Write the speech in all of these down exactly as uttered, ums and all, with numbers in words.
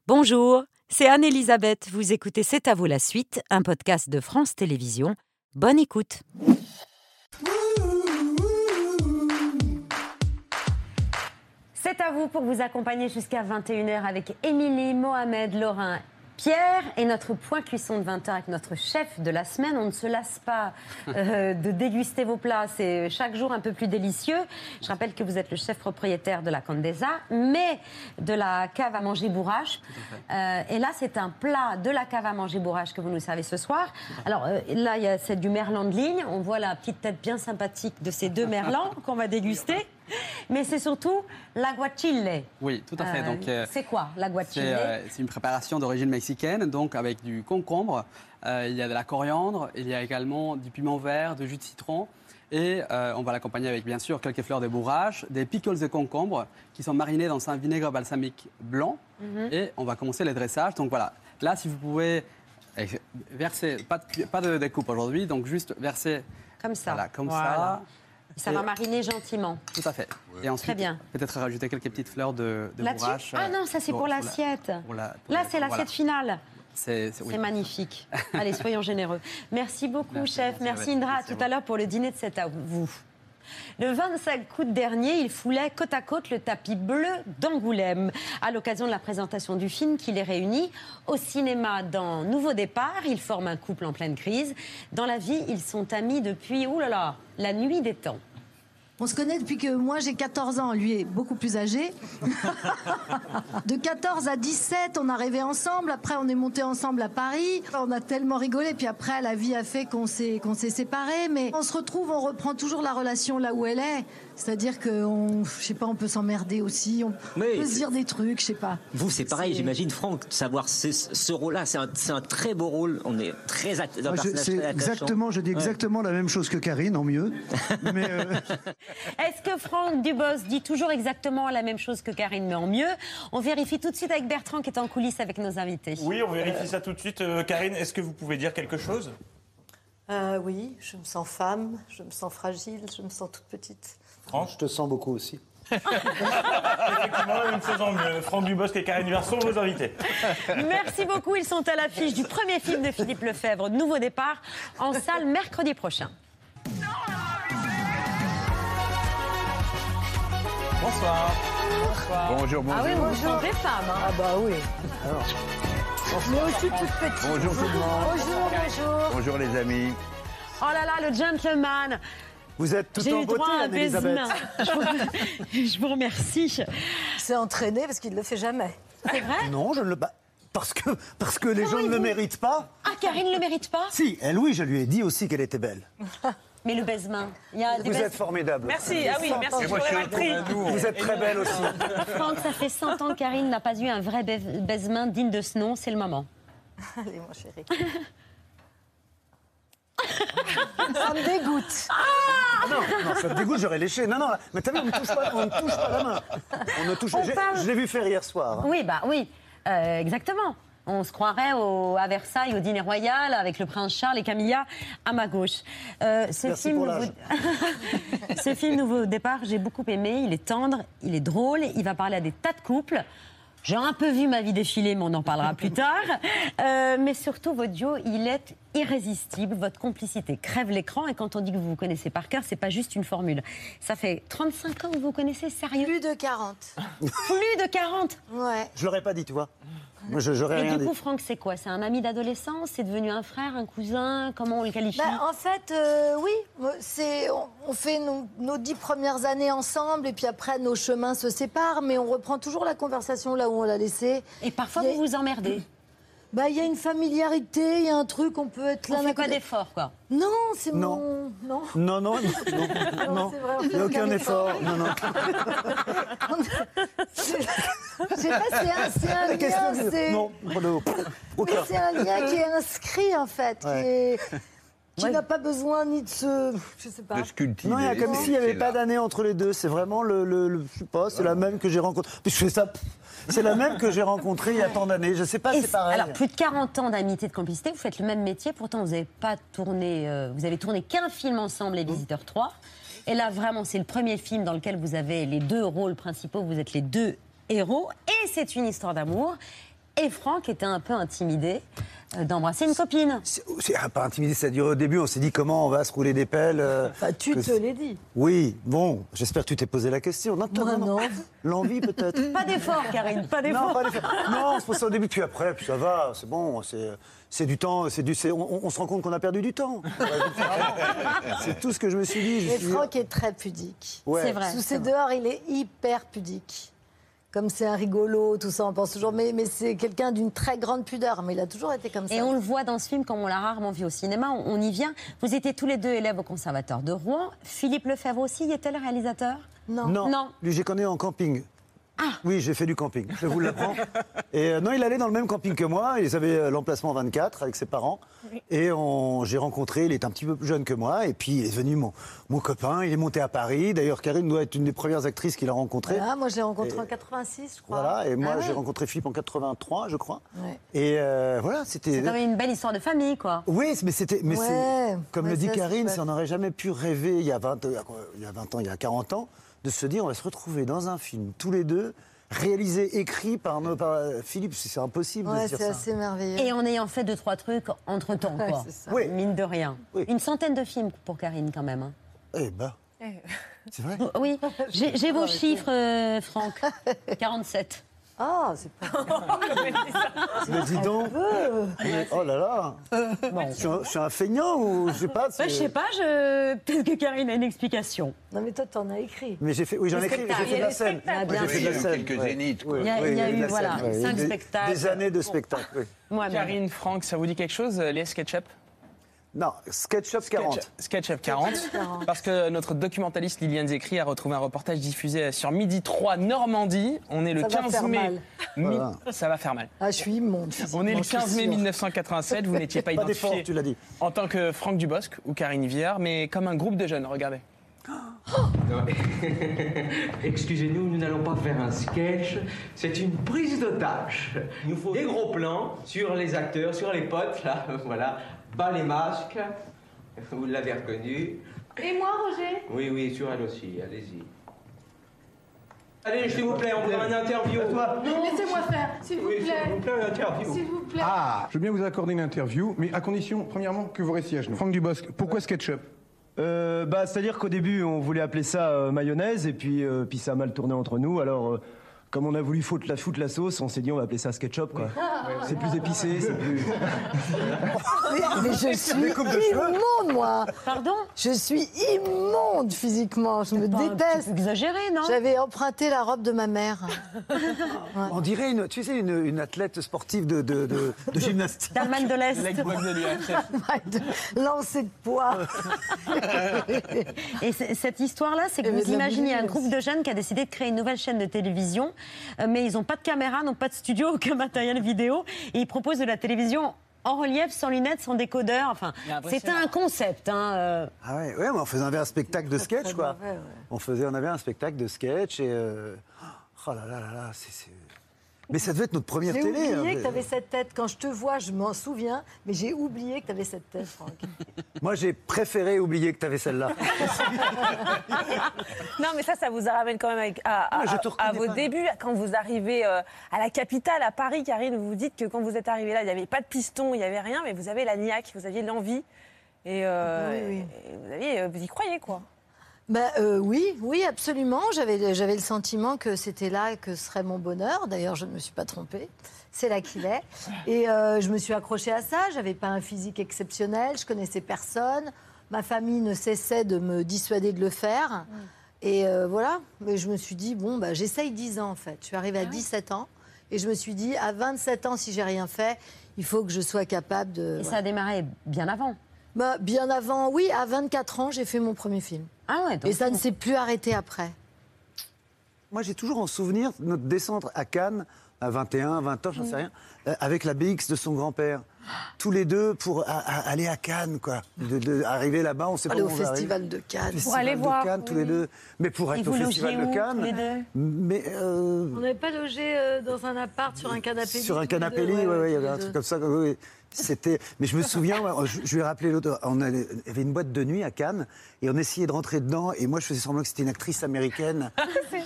Bonjour, c'est Anne-Elisabeth. Vous écoutez C'est à vous la suite, un podcast de France Télévisions. Bonne écoute. C'est à vous pour vous accompagner jusqu'à vingt et une heures avec Émilie, Mohamed, Laurin, Pierre et notre point cuisson de vingt heures avec notre chef de la semaine. On ne se lasse pas euh, de déguster vos plats, c'est chaque jour un peu plus délicieux. Je rappelle que vous êtes le chef propriétaire de la Condesa, mais de la cave à manger bourrache. Euh, et là, c'est un plat de la cave à manger bourrache que vous nous servez ce soir. Alors euh, là, il y a, c'est du merlan de ligne. On voit la petite tête bien sympathique de ces deux merlans qu'on va déguster. Mais c'est surtout l'aguachile. Oui, tout à fait. Euh, donc, euh, c'est quoi l'aguachile? c'est, euh, c'est une préparation d'origine mexicaine, donc avec du concombre, euh, il y a de la coriandre, il y a également du piment vert, du jus de citron. Et euh, on va l'accompagner avec, bien sûr, quelques fleurs de bourrache, des pickles de concombre qui sont marinés dans un vinaigre balsamique blanc. Mm-hmm. Et on va commencer le dressage. Donc voilà, là, si vous pouvez verser, pas de, pas de découpe aujourd'hui, donc juste verser comme ça. Voilà, comme voilà. ça. Ça et... va mariner gentiment. Tout à fait. Ouais. Et ensuite, très bien. Peut-être rajouter quelques petites fleurs de, de bourrache. Ah non, ça c'est pour, pour l'assiette. Pour la, pour Là, c'est l'assiette voilà. finale. C'est, c'est, oui. c'est magnifique. Allez, soyons généreux. Merci beaucoup, merci, chef. Merci, merci Indra. Merci à tout à l'heure pour le dîner de C'est à vous. Le vingt-cinq août dernier, il foulait côte à côte le tapis bleu d'Angoulême à l'occasion de la présentation du film qui les réunit. Au cinéma, dans Nouveau Départ, ils forment un couple en pleine crise. Dans la vie, ils sont amis depuis, oulala, la nuit des temps. On se connaît depuis que moi j'ai quatorze ans, lui est beaucoup plus âgé. De quatorze à dix-sept, on a rêvé ensemble, après on est monté ensemble à Paris. On a tellement rigolé, puis après la vie a fait qu'on s'est, qu'on s'est séparés. Mais on se retrouve, on reprend toujours la relation là où elle est. C'est-à-dire qu'on, je sais pas, on peut s'emmerder aussi, on mais peut se dire des trucs, je sais pas. Vous, c'est pareil, c'est... j'imagine, Franck, savoir ce, ce rôle-là, c'est un, c'est un très beau rôle, on est très att- Moi, je, c'est exactement, je dis exactement ouais. la même chose que Karine, en mieux. Mais euh... Est-ce que Franck Dubosc dit toujours exactement la même chose que Karine, mais en mieux? On vérifie tout de suite avec Bertrand qui est en coulisses avec nos invités. Oui, on vérifie euh... ça tout de suite. Euh, Karine, est-ce que vous pouvez dire quelque chose? euh, Oui, je me sens femme, je me sens fragile, je me sens toute petite. Franck, je te sens beaucoup aussi. Effectivement, la même chose en mieux. Franck Dubosc et Karine Hubert sont vos invités. Merci beaucoup. Ils sont à l'affiche du premier film de Philippe Lefebvre, Nouveau Départ, en salle mercredi prochain. Bonsoir. Bonsoir. Bonjour, bonjour. Ah oui, vous chantez femme. Hein. Ah bah oui. Alors. Mais aussi toute petite. Bonjour tout le monde. Bonjour, bonjour. Bonjour les amis. Oh là là, le gentleman. Vous êtes tout en beauté, Anne-Elisabeth. Je, je vous remercie. C'est entraîné parce qu'il ne le fait jamais. C'est vrai? Non, je ne le... Bah, parce que, parce que les Comment gens ne vous... le méritent pas. Ah, Karine ne le mérite pas? Si, elle, oui, je lui ai dit aussi qu'elle était belle. Mais le baise-main, il y a des Vous baise... êtes formidable. Merci, ah oui, merci. Moi, je pris. Vous êtes très belle aussi. Franck, ça fait cent ans que Karine n'a pas eu un vrai baise-main digne de ce nom, c'est le moment. Allez, mon chéri. Ça me dégoûte. Ah non, non, ça me dégoûte, j'aurais léché. Non, non, mais t'as vu, on ne touche pas, on ne touche pas la main. On ne touche. J'ai, parle... Je l'ai vu faire hier soir. Oui, bah oui, euh, exactement. On se croirait au, à Versailles, au dîner royal, avec le prince Charles et Camilla à ma gauche. Euh, ce, Merci film pour nouveau... ce film Nouveau Départ, j'ai beaucoup aimé. Il est tendre, il est drôle, il va parler à des tas de couples. J'ai un peu vu ma vie défiler, mais on en parlera plus tard. Euh, mais surtout, votre duo, il est irrésistible. Votre complicité crève l'écran. Et quand on dit que vous vous connaissez par cœur, c'est pas juste une formule. Ça fait trente-cinq ans que vous vous connaissez, sérieux? Plus de quarante. Plus de quarante? Ouais. Je l'aurais pas dit, tu vois. Moi, je, j'aurais et rien du dit. coup, Franck, c'est quoi? C'est un ami d'adolescence? C'est devenu un frère, un cousin? Comment on le qualifie? Bah, en fait, euh, oui. C'est, on, on fait nos, nos dix premières années ensemble et puis après, nos chemins se séparent. Mais on reprend toujours la conversation là où on l'a laissée. Et parfois, a... vous vous emmerdez? Bah, il y a une familiarité, il y a un truc, on peut être là... On fait pas d'effort, quoi? Non, c'est non. mon... Non, non, non, non, non. Il n'y a aucun effort, non, non. Je sais pas, c'est un, c'est un lien, c'est... Non, mais c'est un lien qui est inscrit, en fait, ouais. qui est... Qui ouais. n'a pas besoin ni de se... Je sais pas. De se cultiver. Non, il y a comme s'il n'y avait pas d'année entre les deux. C'est vraiment le... le, le je sais pas, c'est ouais. la même que j'ai rencontrée. Puis je fais ça... C'est la même que j'ai rencontrée il y a tant d'années. Je sais pas, c'est pareil. Alors, plus de quarante ans d'amitié, de complicité, vous faites le même métier. Pourtant, vous n'avez pas tourné... Euh, vous avez tourné qu'un film ensemble, Les Visiteurs trois. Et là, vraiment, c'est le premier film dans lequel vous avez les deux rôles principaux. Vous êtes les deux héros. Et c'est une histoire d'amour. Et Franck était un peu intimidé euh, d'embrasser une copine. C'est c'est pas intimidé, ça a duré au début. On s'est dit comment on va se rouler des pelles. euh, Enfin, tu que te c'est- l'es dit. Oui, bon, j'espère que tu t'es posé la question. Non, toi, Moi, non, non. non. L'envie peut-être. Pas d'effort, Karine, pas Non, d'effort. pas les faire. Non, on se pose ça au début, puis après, puis ça va, c'est bon, c'est, c'est du temps, c'est du, c'est, on, on se rend compte qu'on a perdu du temps. C'est tout ce que je me suis dit. Je Mais suis... Franck est très pudique. Ouais. C'est vrai. Sous ses dehors, il est hyper pudique. Comme c'est un rigolo, tout ça, on pense toujours. Mais, mais c'est quelqu'un d'une très grande pudeur. Mais il a toujours été comme ça. Et on le voit dans ce film comme on l'a rarement vu au cinéma. On, on y vient. Vous étiez tous les deux élèves au Conservatoire de Rouen. Philippe Lefebvre aussi, y était le réalisateur? Non. Non, Non. lui j'ai connu en camping. Ah. Oui, j'ai fait du camping, je vous l'apprends. Et euh, non, il allait dans le même camping que moi, il avait euh, l'emplacement vingt-quatre avec ses parents. Et on, j'ai rencontré, il est un petit peu plus jeune que moi, et puis il est devenu mon, mon copain, il est monté à Paris. D'ailleurs, Karine doit être une des premières actrices qu'il a rencontrées. Voilà, moi, je l'ai rencontré Et- en quatre-vingt-six, je crois. Voilà, et moi Ah ouais. j'ai rencontré Philippe en quatre-vingt-trois, je crois. Ouais. Et euh, voilà, c'était... C'est quand même une belle histoire de famille, quoi. Oui, mais c'était, mais Ouais, c'est, comme ouais, le dit ça, c'est Karine, chouette. si on n'aurait jamais pu rêver il y a vingt, il y a quoi, il y a vingt ans, il y a quarante ans, de se dire on va se retrouver dans un film tous les deux, réalisé, écrit par, nos, par Philippe, c'est impossible de Ouais, se dire c'est ça. assez merveilleux. Et en ayant fait deux, trois trucs entre-temps, Ouais, quoi. c'est ça. Oui. Mine de rien. Oui. Une centaine de films pour Karine, quand même. hein. Eh ben, c'est vrai. Oui, j'ai j'ai vos chiffres, euh, Franck. quarante-sept. Ah, c'est pas... Mais dis donc, oh là là, je, suis un, je suis un feignant ou je sais pas. c'est- Ouais, je sais pas, je... peut-être que Karine a une explication. Non, mais toi, t'en as écrit. Mais j'ai fait, oui, j'en ai écrit, mais j'ai fait de la scène. Ah, bien J'ai fait de la sûr. scène. Quelques ouais. zéniths, Oui, Il y a- oui, il y a oui, eu, de la voilà, scène, ouais. cinq Des- spectacles. Des années de spectacle, oui. Moi-même. Karine, Franck, ça vous dit quelque chose, euh, les SketchUp? Non, SketchUp quarante. SketchUp quarante. Parce que notre documentaliste Liliane Zécry a retrouvé un reportage diffusé sur Midi trois Normandie. On est le Ça va quinze faire mai. mal. Mi- Voilà. Ça va faire mal. Ah, je suis immonde. On est le physiquement, je suis quinze mai sûre. mille neuf cent quatre-vingt-sept. Vous n'étiez pas Pas d'effort, identifié tu l'as dit. en tant que Franck Dubosc ou Karine Viard, mais comme un groupe de jeunes. Regardez. Excusez-nous, nous n'allons pas faire un sketch, c'est une prise d'otage. Il nous faut des gros plans sur les acteurs, sur les potes, là, voilà. Bas les masques, vous l'avez reconnu. Et moi, Roger? Oui, oui, sur elle aussi, allez-y. Allez, s'il vous plaît, on voudrait une interview. Laissez-moi faire, s'il vous Oui, s'il vous plaît. plaît, une interview. S'il vous plaît. Ah, je veux bien vous accorder une interview, mais à condition, premièrement, que vous restiez à genoux. Franck Dubosc, pourquoi SketchUp? Euh, bah, c'est-à-dire qu'au début, on voulait appeler ça euh, mayonnaise, et puis, euh, puis ça a mal tourné entre nous. Alors, euh, comme on a voulu foutre la, foutre la sauce, on s'est dit on va appeler ça SketchUp, quoi. C'est plus épicé, c'est plus... Mais, mais je suis coupes de cheveux. immonde, moi. Pardon? Je suis immonde physiquement. Je me Pas un déteste. petit peu exagéré, non? J'avais emprunté la robe de ma mère. On dirait, une, tu sais, une, une athlète sportive de, de, de, de gymnastique. D'Allemagne de l'Est. Lancer de poids. Et c- cette histoire-là, c'est que Il y avait vous de la imaginez un bouillie groupe aussi. de jeunes qui a décidé de créer une nouvelle chaîne de télévision, euh, mais ils n'ont pas de caméra, n'ont pas de studio, aucun matériel vidéo, et ils proposent de la télévision en relief, sans lunettes, sans décodeur. Enfin, Il est impressionnant. c'était un concept. Hein, euh. Ah ouais, ouais, mais on faisait un spectacle de sketch, très quoi. mauvais, ouais. On faisait, on avait un spectacle de sketch et euh, oh là là là là, c'est, c'est- mais ça devait être notre première J'ai télé. oublié hein. que tu avais cette tête. Quand je te vois, je m'en souviens, mais j'ai oublié que tu avais cette tête, Franck. Moi, j'ai préféré oublier que tu avais celle-là. Non, mais ça, ça vous ramène quand même avec- à, à- Ah, je te à reconnais vos pas. débuts. Quand vous arrivez euh, à la capitale, à Paris, Karine, vous vous dites que quand vous êtes arrivée là, il n'y avait pas de piston, il n'y avait rien, mais vous avez la niaque, vous aviez l'envie. Et, euh, Oui, oui. et vous, aviez, euh, vous y croyez, quoi. Ben, euh, oui, oui, absolument. J'avais, j'avais le sentiment que c'était là que serait mon bonheur. D'ailleurs, je ne me suis pas trompée. C'est là qu'il est. Et euh, je me suis accrochée à ça. J'avais pas un physique exceptionnel. Je connaissais personne. Ma famille ne cessait de me dissuader de le faire. Et euh, voilà. Mais je me suis dit, bon, bah, j'essaye dix ans, en fait. Je suis arrivée à dix-sept ans. Et je me suis dit, à vingt-sept ans, si j'ai rien fait, il faut que je sois capable de... Et voilà. ça a démarré bien avant. Bah, bien avant, oui, à vingt-quatre ans, j'ai fait mon premier film. Ah ouais, donc Et ça ne s'est plus arrêté après. Moi, j'ai toujours en souvenir notre descente à Cannes, à vingt et un, vingt ans, j'en sais rien, euh, avec la B X de son grand-père. Tous les deux pour a- a- aller à Cannes, quoi. De, de- arriver là-bas, on sait pas Aller où au on va Festival arriver. de Cannes. Festival aller de voir, Cannes, tous les oui. deux. Mais pour Et être vous au Festival logiez de où, Cannes. tous les deux Mais euh, On n'avait pas logé euh, dans un appart sur un canapé sur un lit, tous les canapé deux, lit, ouais, ouais, il y tous avait les un deux. truc comme ça. oui, oui. C'était. Mais je me souviens, ouais, je, je lui ai rappelé l'autre. On allait- il y avait une boîte de nuit à Cannes et on essayait de rentrer dedans et moi je faisais semblant que c'était une actrice américaine.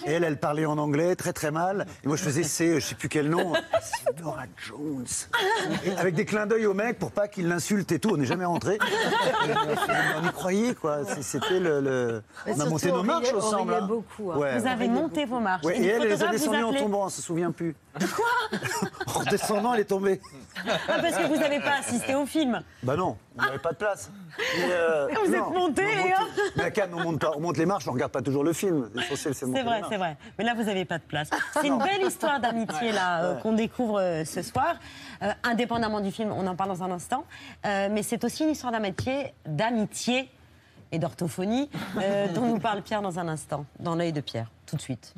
Et elle, elle parlait en anglais très très mal. Et moi, je faisais c'est, je sais plus quel nom. C'est Nora Jones. Et avec des clins d'œil au mec pour pas qu'il l'insulte et tout. On n'est jamais rentré. On y croyait, quoi. C'était le. le... On a monté nos marches ensemble. On beaucoup. Hein. Ouais, vous avez monté vos marches. Ouais, et elle, elle les a descendues en tombant, on se souvient plus. Quoi? En descendant, elle est tombée. Ah, parce que vous n'avez pas assisté au film. Bah non, on n'avait pas de place. Mais, euh, vous non, êtes monté et hop. Mais à Cannes, on monte, pas, on monte les marches, on regarde pas toujours le film. L'essentiel, c'est monter C'est vrai, les c'est vrai. Mais là, vous n'avez pas de place. C'est Non. une belle histoire d'amitié là euh, Ouais. qu'on découvre euh, ce soir. Euh, indépendamment du film, on en parle dans un instant. Euh, mais c'est aussi une histoire d'amitié, d'amitié et d'orthophonie euh, dont nous parle Pierre dans un instant, dans l'œil de Pierre, tout de suite.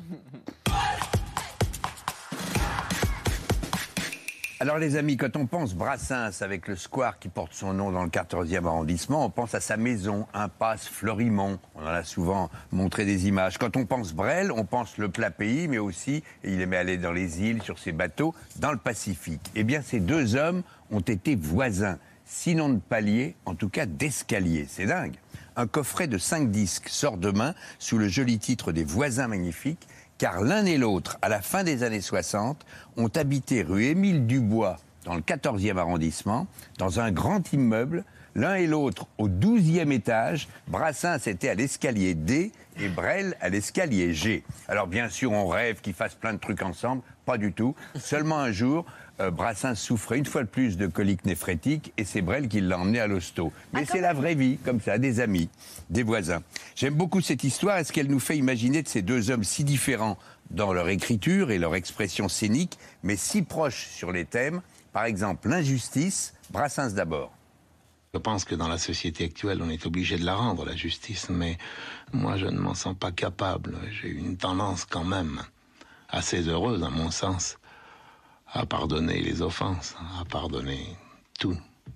Alors les amis, quand on pense Brassens avec le square qui porte son nom dans le quatorzième arrondissement, on pense à sa maison, impasse Fleurimont. On en a souvent montré des images. Quand on pense Brel, on pense le plat pays, mais aussi, et il aimait aller dans les îles, sur ses bateaux, dans le Pacifique. Eh bien, ces deux hommes ont été voisins, sinon de palier, en tout cas d'escalier. C'est dingue. Un coffret de cinq disques sort demain sous le joli titre des Voisins magnifiques, car l'un et l'autre, à la fin des années soixante, ont habité rue Émile Dubois, dans le quatorzième arrondissement, dans un grand immeuble, l'un et l'autre au douzième étage. Brassens était à l'escalier D et Brel à l'escalier G. Alors bien sûr, on rêve qu'ils fassent plein de trucs ensemble, pas du tout. Seulement un jour, euh, Brassens souffrait une fois de plus de coliques néphrétiques et c'est Brel qui l'a emmené à l'hosto. Mais c'est la vraie vie, comme ça, des amis, des voisins. J'aime beaucoup cette histoire. Est-ce qu'elle nous fait imaginer de ces deux hommes si différents dans leur écriture et leur expression scénique, mais si proches sur les thèmes? Par exemple, l'injustice, Brassens d'abord. Je pense que dans la société actuelle, on est obligé de la rendre, la justice, mais moi, je ne m'en sens pas capable. J'ai une tendance quand même assez heureuse, à mon sens, à pardonner les offenses, à pardonner tout.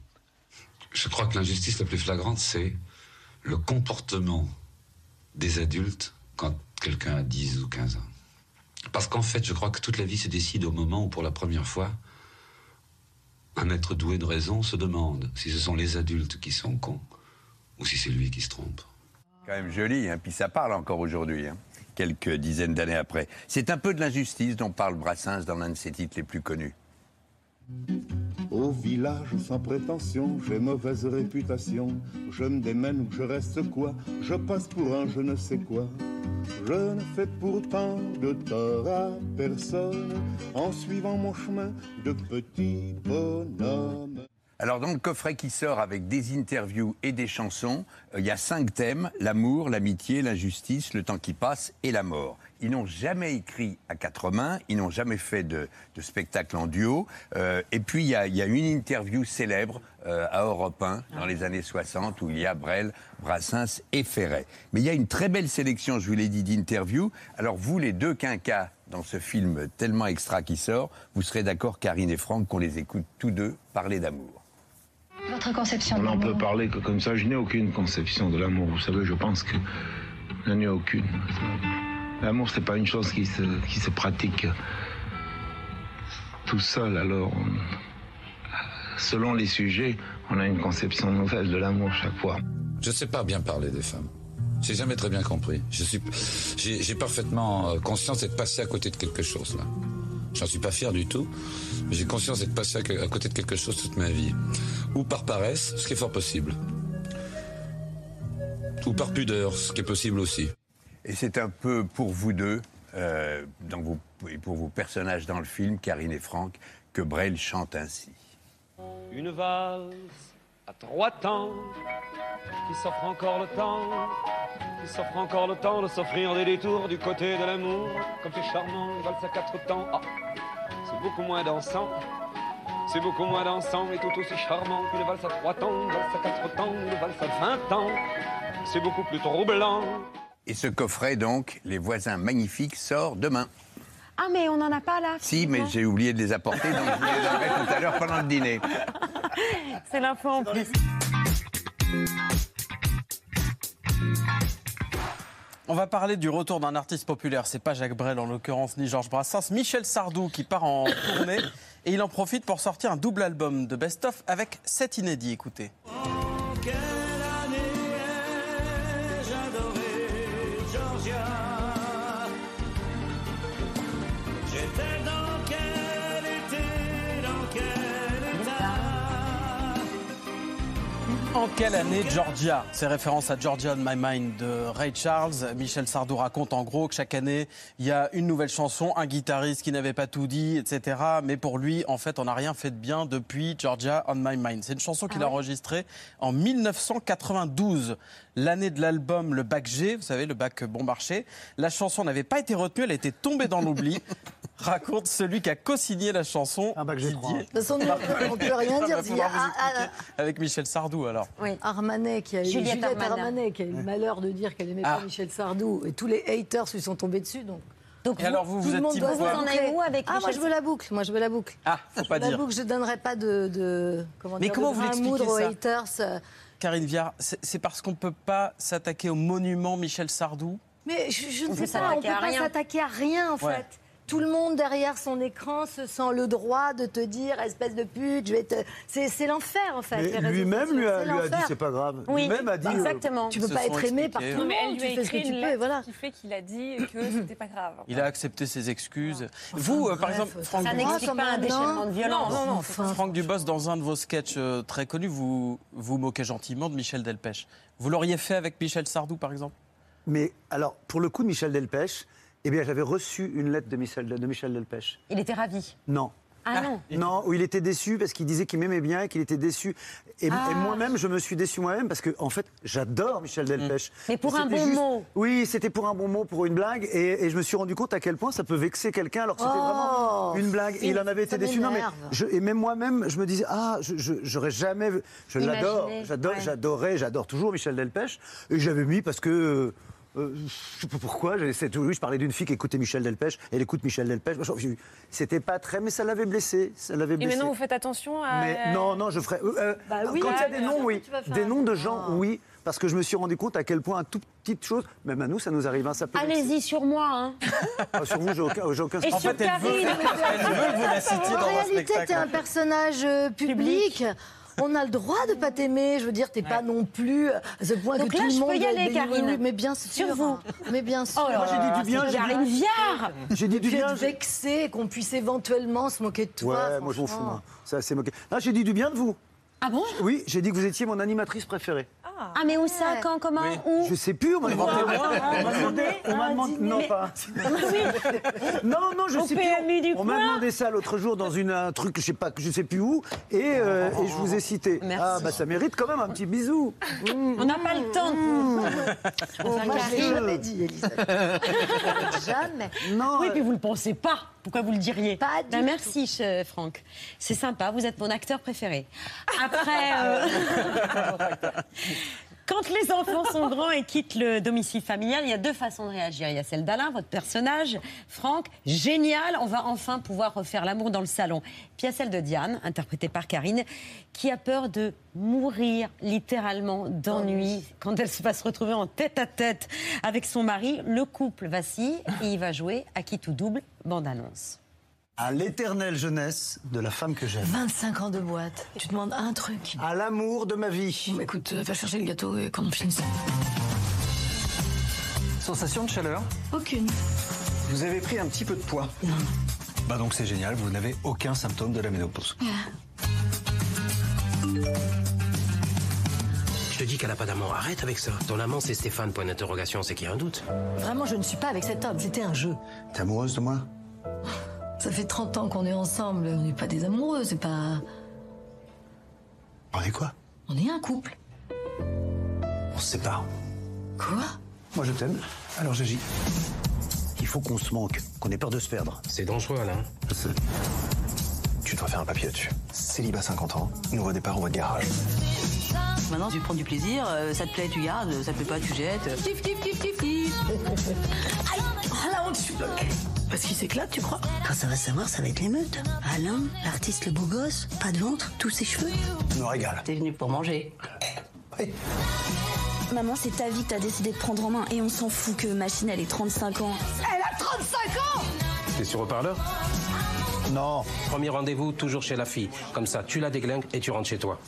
Je crois que l'injustice la plus flagrante, c'est le comportement des adultes quand quelqu'un a dix ou quinze ans. Parce qu'en fait, je crois que toute la vie se décide au moment où, pour la première fois, un être doué de raison se demande si ce sont les adultes qui sont cons ou si c'est lui qui se trompe. Quand même joli, hein, puis ça parle encore aujourd'hui, hein, quelques dizaines d'années après. C'est un peu de l'injustice dont parle Brassens dans l'un de ses titres les plus connus. Au village sans prétention, j'ai mauvaise réputation. Je me démène ou je reste quoi? Je passe pour un je ne sais quoi. Je ne fais pourtant de tort à personne en suivant mon chemin de petit bonhomme. Alors dans le coffret qui sort avec des interviews et des chansons, il euh, y a cinq thèmes: l'amour, l'amitié, l'injustice, le temps qui passe et la mort. Ils n'ont jamais écrit à quatre mains, ils n'ont jamais fait de, de spectacle en duo. Euh, et puis il y, y a une interview célèbre euh, à Europe un dans les années soixante où il y a Brel, Brassens et Ferret. Mais il y a une très belle sélection, je vous l'ai dit, d'interviews. Alors vous, les deux quinquas dans ce film tellement extra qui sort, vous serez d'accord, Karine et Franck, qu'on les écoute tous deux parler d'amour. Votre conception On de n'en l'amour. peut parler que comme ça. Je n'ai aucune conception de l'amour. Vous savez, je pense que je n'en ai aucune. L'amour, c'est pas une chose qui se, qui se pratique tout seul. Alors, on- selon les sujets, on a une conception nouvelle de l'amour chaque fois. Je ne sais pas bien parler des femmes. J'ai jamais très bien compris. Je suis, j'ai, j'ai parfaitement euh, conscience d'être passé à côté de quelque chose là. J'en suis pas fier du tout, mais j'ai conscience d'être passé à, à côté de quelque chose toute ma vie. Ou par paresse, ce qui est fort possible. Ou par pudeur, ce qui est possible aussi. Et c'est un peu pour vous deux, euh, dans vos, et pour vos personnages dans le film, Karine et Franck, que Brel chante ainsi. Une valse à trois temps qui s'offre encore le temps, qui s'offre encore le temps de s'offrir des détours du côté de l'amour. Comme c'est charmant, une valse à quatre temps, ah, c'est beaucoup moins dansant, c'est beaucoup moins dansant et tout aussi charmant qu'une valse à trois temps, une valse à quatre temps, une valse à vingt ans, c'est beaucoup plus troublant. Et ce coffret, donc, Les Voisins magnifiques, sort demain. Ah, mais on n'en a pas là. Si, mais j'ai oublié de les apporter, donc je vous les donnerai tout à l'heure pendant le dîner. C'est l'info en plus. On va parler du retour d'un artiste populaire. C'est pas Jacques Brel en l'occurrence, ni Georges Brassens. Michel Sardou qui part en tournée et il en profite pour sortir un double album de best-of avec sept inédits. Écoutez. En quelle année Georgia? C'est référence à Georgia on My Mind de Ray Charles. Michel Sardou raconte en gros que chaque année, il y a une nouvelle chanson, un guitariste qui n'avait pas tout dit, et cetera. Mais pour lui, en fait, on n'a rien fait de bien depuis Georgia on My Mind. C'est une chanson qu'il Ah a ouais. enregistrée en mille neuf cent quatre-vingt-douze. L'année de l'album, le bac G, vous savez, le bac bon marché. La chanson n'avait pas été retenue, elle était tombée dans l'oubli. Raconte celui qui a co-signé la chanson. Un bac G trois. De toute façon, on ne peut rien dire. On va Il y a pouvoir vous expliquer avec Michel Sardou, alors. Oui. Armanet qui a eu, Juliette Juliette Armanet. Armanet qui a eu le malheur de dire qu'elle n'aimait Ah. pas Michel Sardou. Et tous les haters lui sont tombés dessus. Donc, Donc Et alors, vous, tout vous le êtes monde type doit quoi se Vous en boucler. avez où avec Ah, moi Michel je veux la boucle. Moi je veux la boucle. Ah, faut pas la dire. boucle, je donnerai pas de, de comment Mais dire, comment de vous grain à l'expliquez, moudre aux ça haters. euh. Karine Viard, c'est c'est parce qu'on ne peut pas s'attaquer au monument Michel Sardou? Mais je, je On ne peut sais pas, on s'attaquer peut à pas rien. s'attaquer à rien en Ouais. fait. Tout le monde derrière son écran se sent le droit de te dire espèce de pute, je vais te. C'est c'est l'enfer en fait. les Mais réseaux lui-même sociaux, lui a, c'est lui a dit l'enfer. c'est pas grave. Oui, Lui-même a dit. euh, exactement. Tu peux se pas sont être aimé par tout expliqués. le Non, mais elle monde. lui a Tu fais ce que écrit tu une peux, lettre voilà. qui fait qu'il a dit que c'était pas grave. Il a accepté ses excuses. Vous, euh, par bref, exemple, ça Franck, Ça Moi, n'explique comme pas un un déchaînement de violence. Non, non, non. Enfin, Franck Dubosc, dans un de vos sketchs euh, très connus, vous vous moquez gentiment de Michel Delpech. Vous l'auriez fait avec Michel Sardou, par exemple? Mais alors, pour le coup de Michel Delpech, eh bien, j'avais reçu une lettre de Michel, de Michel Delpech. Il était ravi. Non. Ah non. Non, où il était déçu parce qu'il disait qu'il m'aimait bien et qu'il était déçu. Et, Ah. et moi-même, je me suis déçu moi-même parce que, en fait, j'adore Michel Delpech. Mais pour un c'était bon mot. Oui, c'était pour un bon mot, pour une blague. Et, et je me suis rendu compte à quel point ça peut vexer quelqu'un alors que c'était Oh, vraiment une blague. Et il en avait été ça déçu. Non, mais m'énerve. je- et même moi-même, je me disais, ah, je- je- j'aurais jamais. vu- Je Imaginé, l'adore. J'adore, ouais. J'adorais, j'adore toujours Michel Delpech. Et j'avais mis parce que. Euh, je sais pas pourquoi, j'avais cette- oui, je parlais d'une fille qui écoutait Michel Delpech, elle écoute Michel Delpech. C'était pas très, mais ça l'avait blessé. Ça l'avait Et blessé. maintenant, vous faites attention à. Mais non, non, je ferai. euh, euh, Bah oui, quand il y a bien des sûr noms, que oui. tu vas faire Des noms de gens, attention. oui. Parce que je me suis rendu compte à quel point un tout petite chose, même à nous, ça nous arrive. Hein, ça peut Allez-y sur moi. Hein. Ah, sur vous, j'ai aucun, j'ai aucun Et souci. sur fait, elle veut, Karine. elle veut que vous la citiez En dans un réalité, spectacle. t'es un personnage euh, public. On a le droit de pas t'aimer. Je veux dire, t'es pas non plus à ce point Donc que là, tout le je monde. peux y doit- aller, mais Karine. oui, mais bien sûr. Sur vous. Mais bien sûr. Oh là Moi, j'ai dit du bien, là, j'ai dit- Karine Viard. J'ai dit du Tu es bien. j'ai- vexé qu'on puisse éventuellement se moquer de toi. Ouais, moi je m'en fous. franchement. Moi. Ça, c'est moqué. Non, j'ai dit du bien de vous. Ah bon? Oui, j'ai dit que vous étiez mon animatrice préférée. Ah mais où ça? Quand? Comment? Où? Je sais plus, on m'a demandé. On m'a demandé. On m'a demandé. Non, pas. Non, non, je Au sais P M U plus. du On m'a coin. demandé ça l'autre jour dans une, un truc, je sais pas, je sais plus où, et, euh, et je vous ai cité. Merci. Ah, bah ça mérite quand même un petit bisou. On n'a pas le temps. Oh, moi, je l'ai Karine. jamais dit, Elisabeth. Jamais. Non. Oui, puis vous le pensez pas. Pourquoi vous le diriez? Pas du Ben, tout. merci, che- Franck. C'est sympa, vous êtes mon acteur préféré. Après, euh, quand les enfants sont grands et quittent le domicile familial, il y a deux façons de réagir. Il y a celle d'Alain, votre personnage, Franck, génial, on va enfin pouvoir refaire l'amour dans le salon. Puis il y a celle de Diane, interprétée par Karine, qui a peur de mourir littéralement d'ennui quand elle va se retrouver en tête-à-tête avec son mari. Le couple vacille et il va jouer à qui tout double, bande-annonce. À l'éternelle jeunesse de la femme que j'aime. vingt-cinq ans de boîte. Tu demandes un truc. À l'amour de ma vie. Bon, écoute, va chercher le gâteau et quand on finisse. Sensation de chaleur? Aucune. Vous avez pris un petit peu de poids? Non. Bah donc c'est génial, vous n'avez aucun symptôme de la ménopause. Je te dis qu'elle a pas d'amant, arrête avec ça. Ton amant c'est Stéphane, point d'interrogation, c'est qu'il y a un doute. Vraiment, je ne suis pas avec cet homme. C'était un jeu. T'es amoureuse de moi? Ça fait trente ans qu'on est ensemble. On n'est pas des amoureux, c'est pas. On est quoi? On est un couple. On se sépare. Quoi? Moi je t'aime, alors j'agis. Il faut qu'on se manque, qu'on ait peur de se perdre. C'est dangereux, Alain. Je sais. Tu dois faire un papier là-dessus. Célibat cinquante ans, nouveau départ au voie de garage. Maintenant, tu prends du plaisir, euh, ça te plaît, tu gardes, ça te plaît pas, tu jettes. Kiff, kiff, kiff, kiff, kiff. Aïe! Ah la honte, je suis bloquée. Parce qu'il s'éclate, tu crois? Quand ça va savoir, ça va être l'émeute. Alain, l'artiste le beau gosse, pas de ventre, tous ses cheveux. On nous régale. T'es venu pour manger. Oui. Maman, c'est ta vie que t'as décidé de prendre en main et on s'en fout que Machine, elle ait trente-cinq ans. Elle a trente-cinq ans! T'es sur haut-parleur? Non. Premier rendez-vous, toujours chez la fille. Comme ça, tu la déglingues et tu rentres chez toi.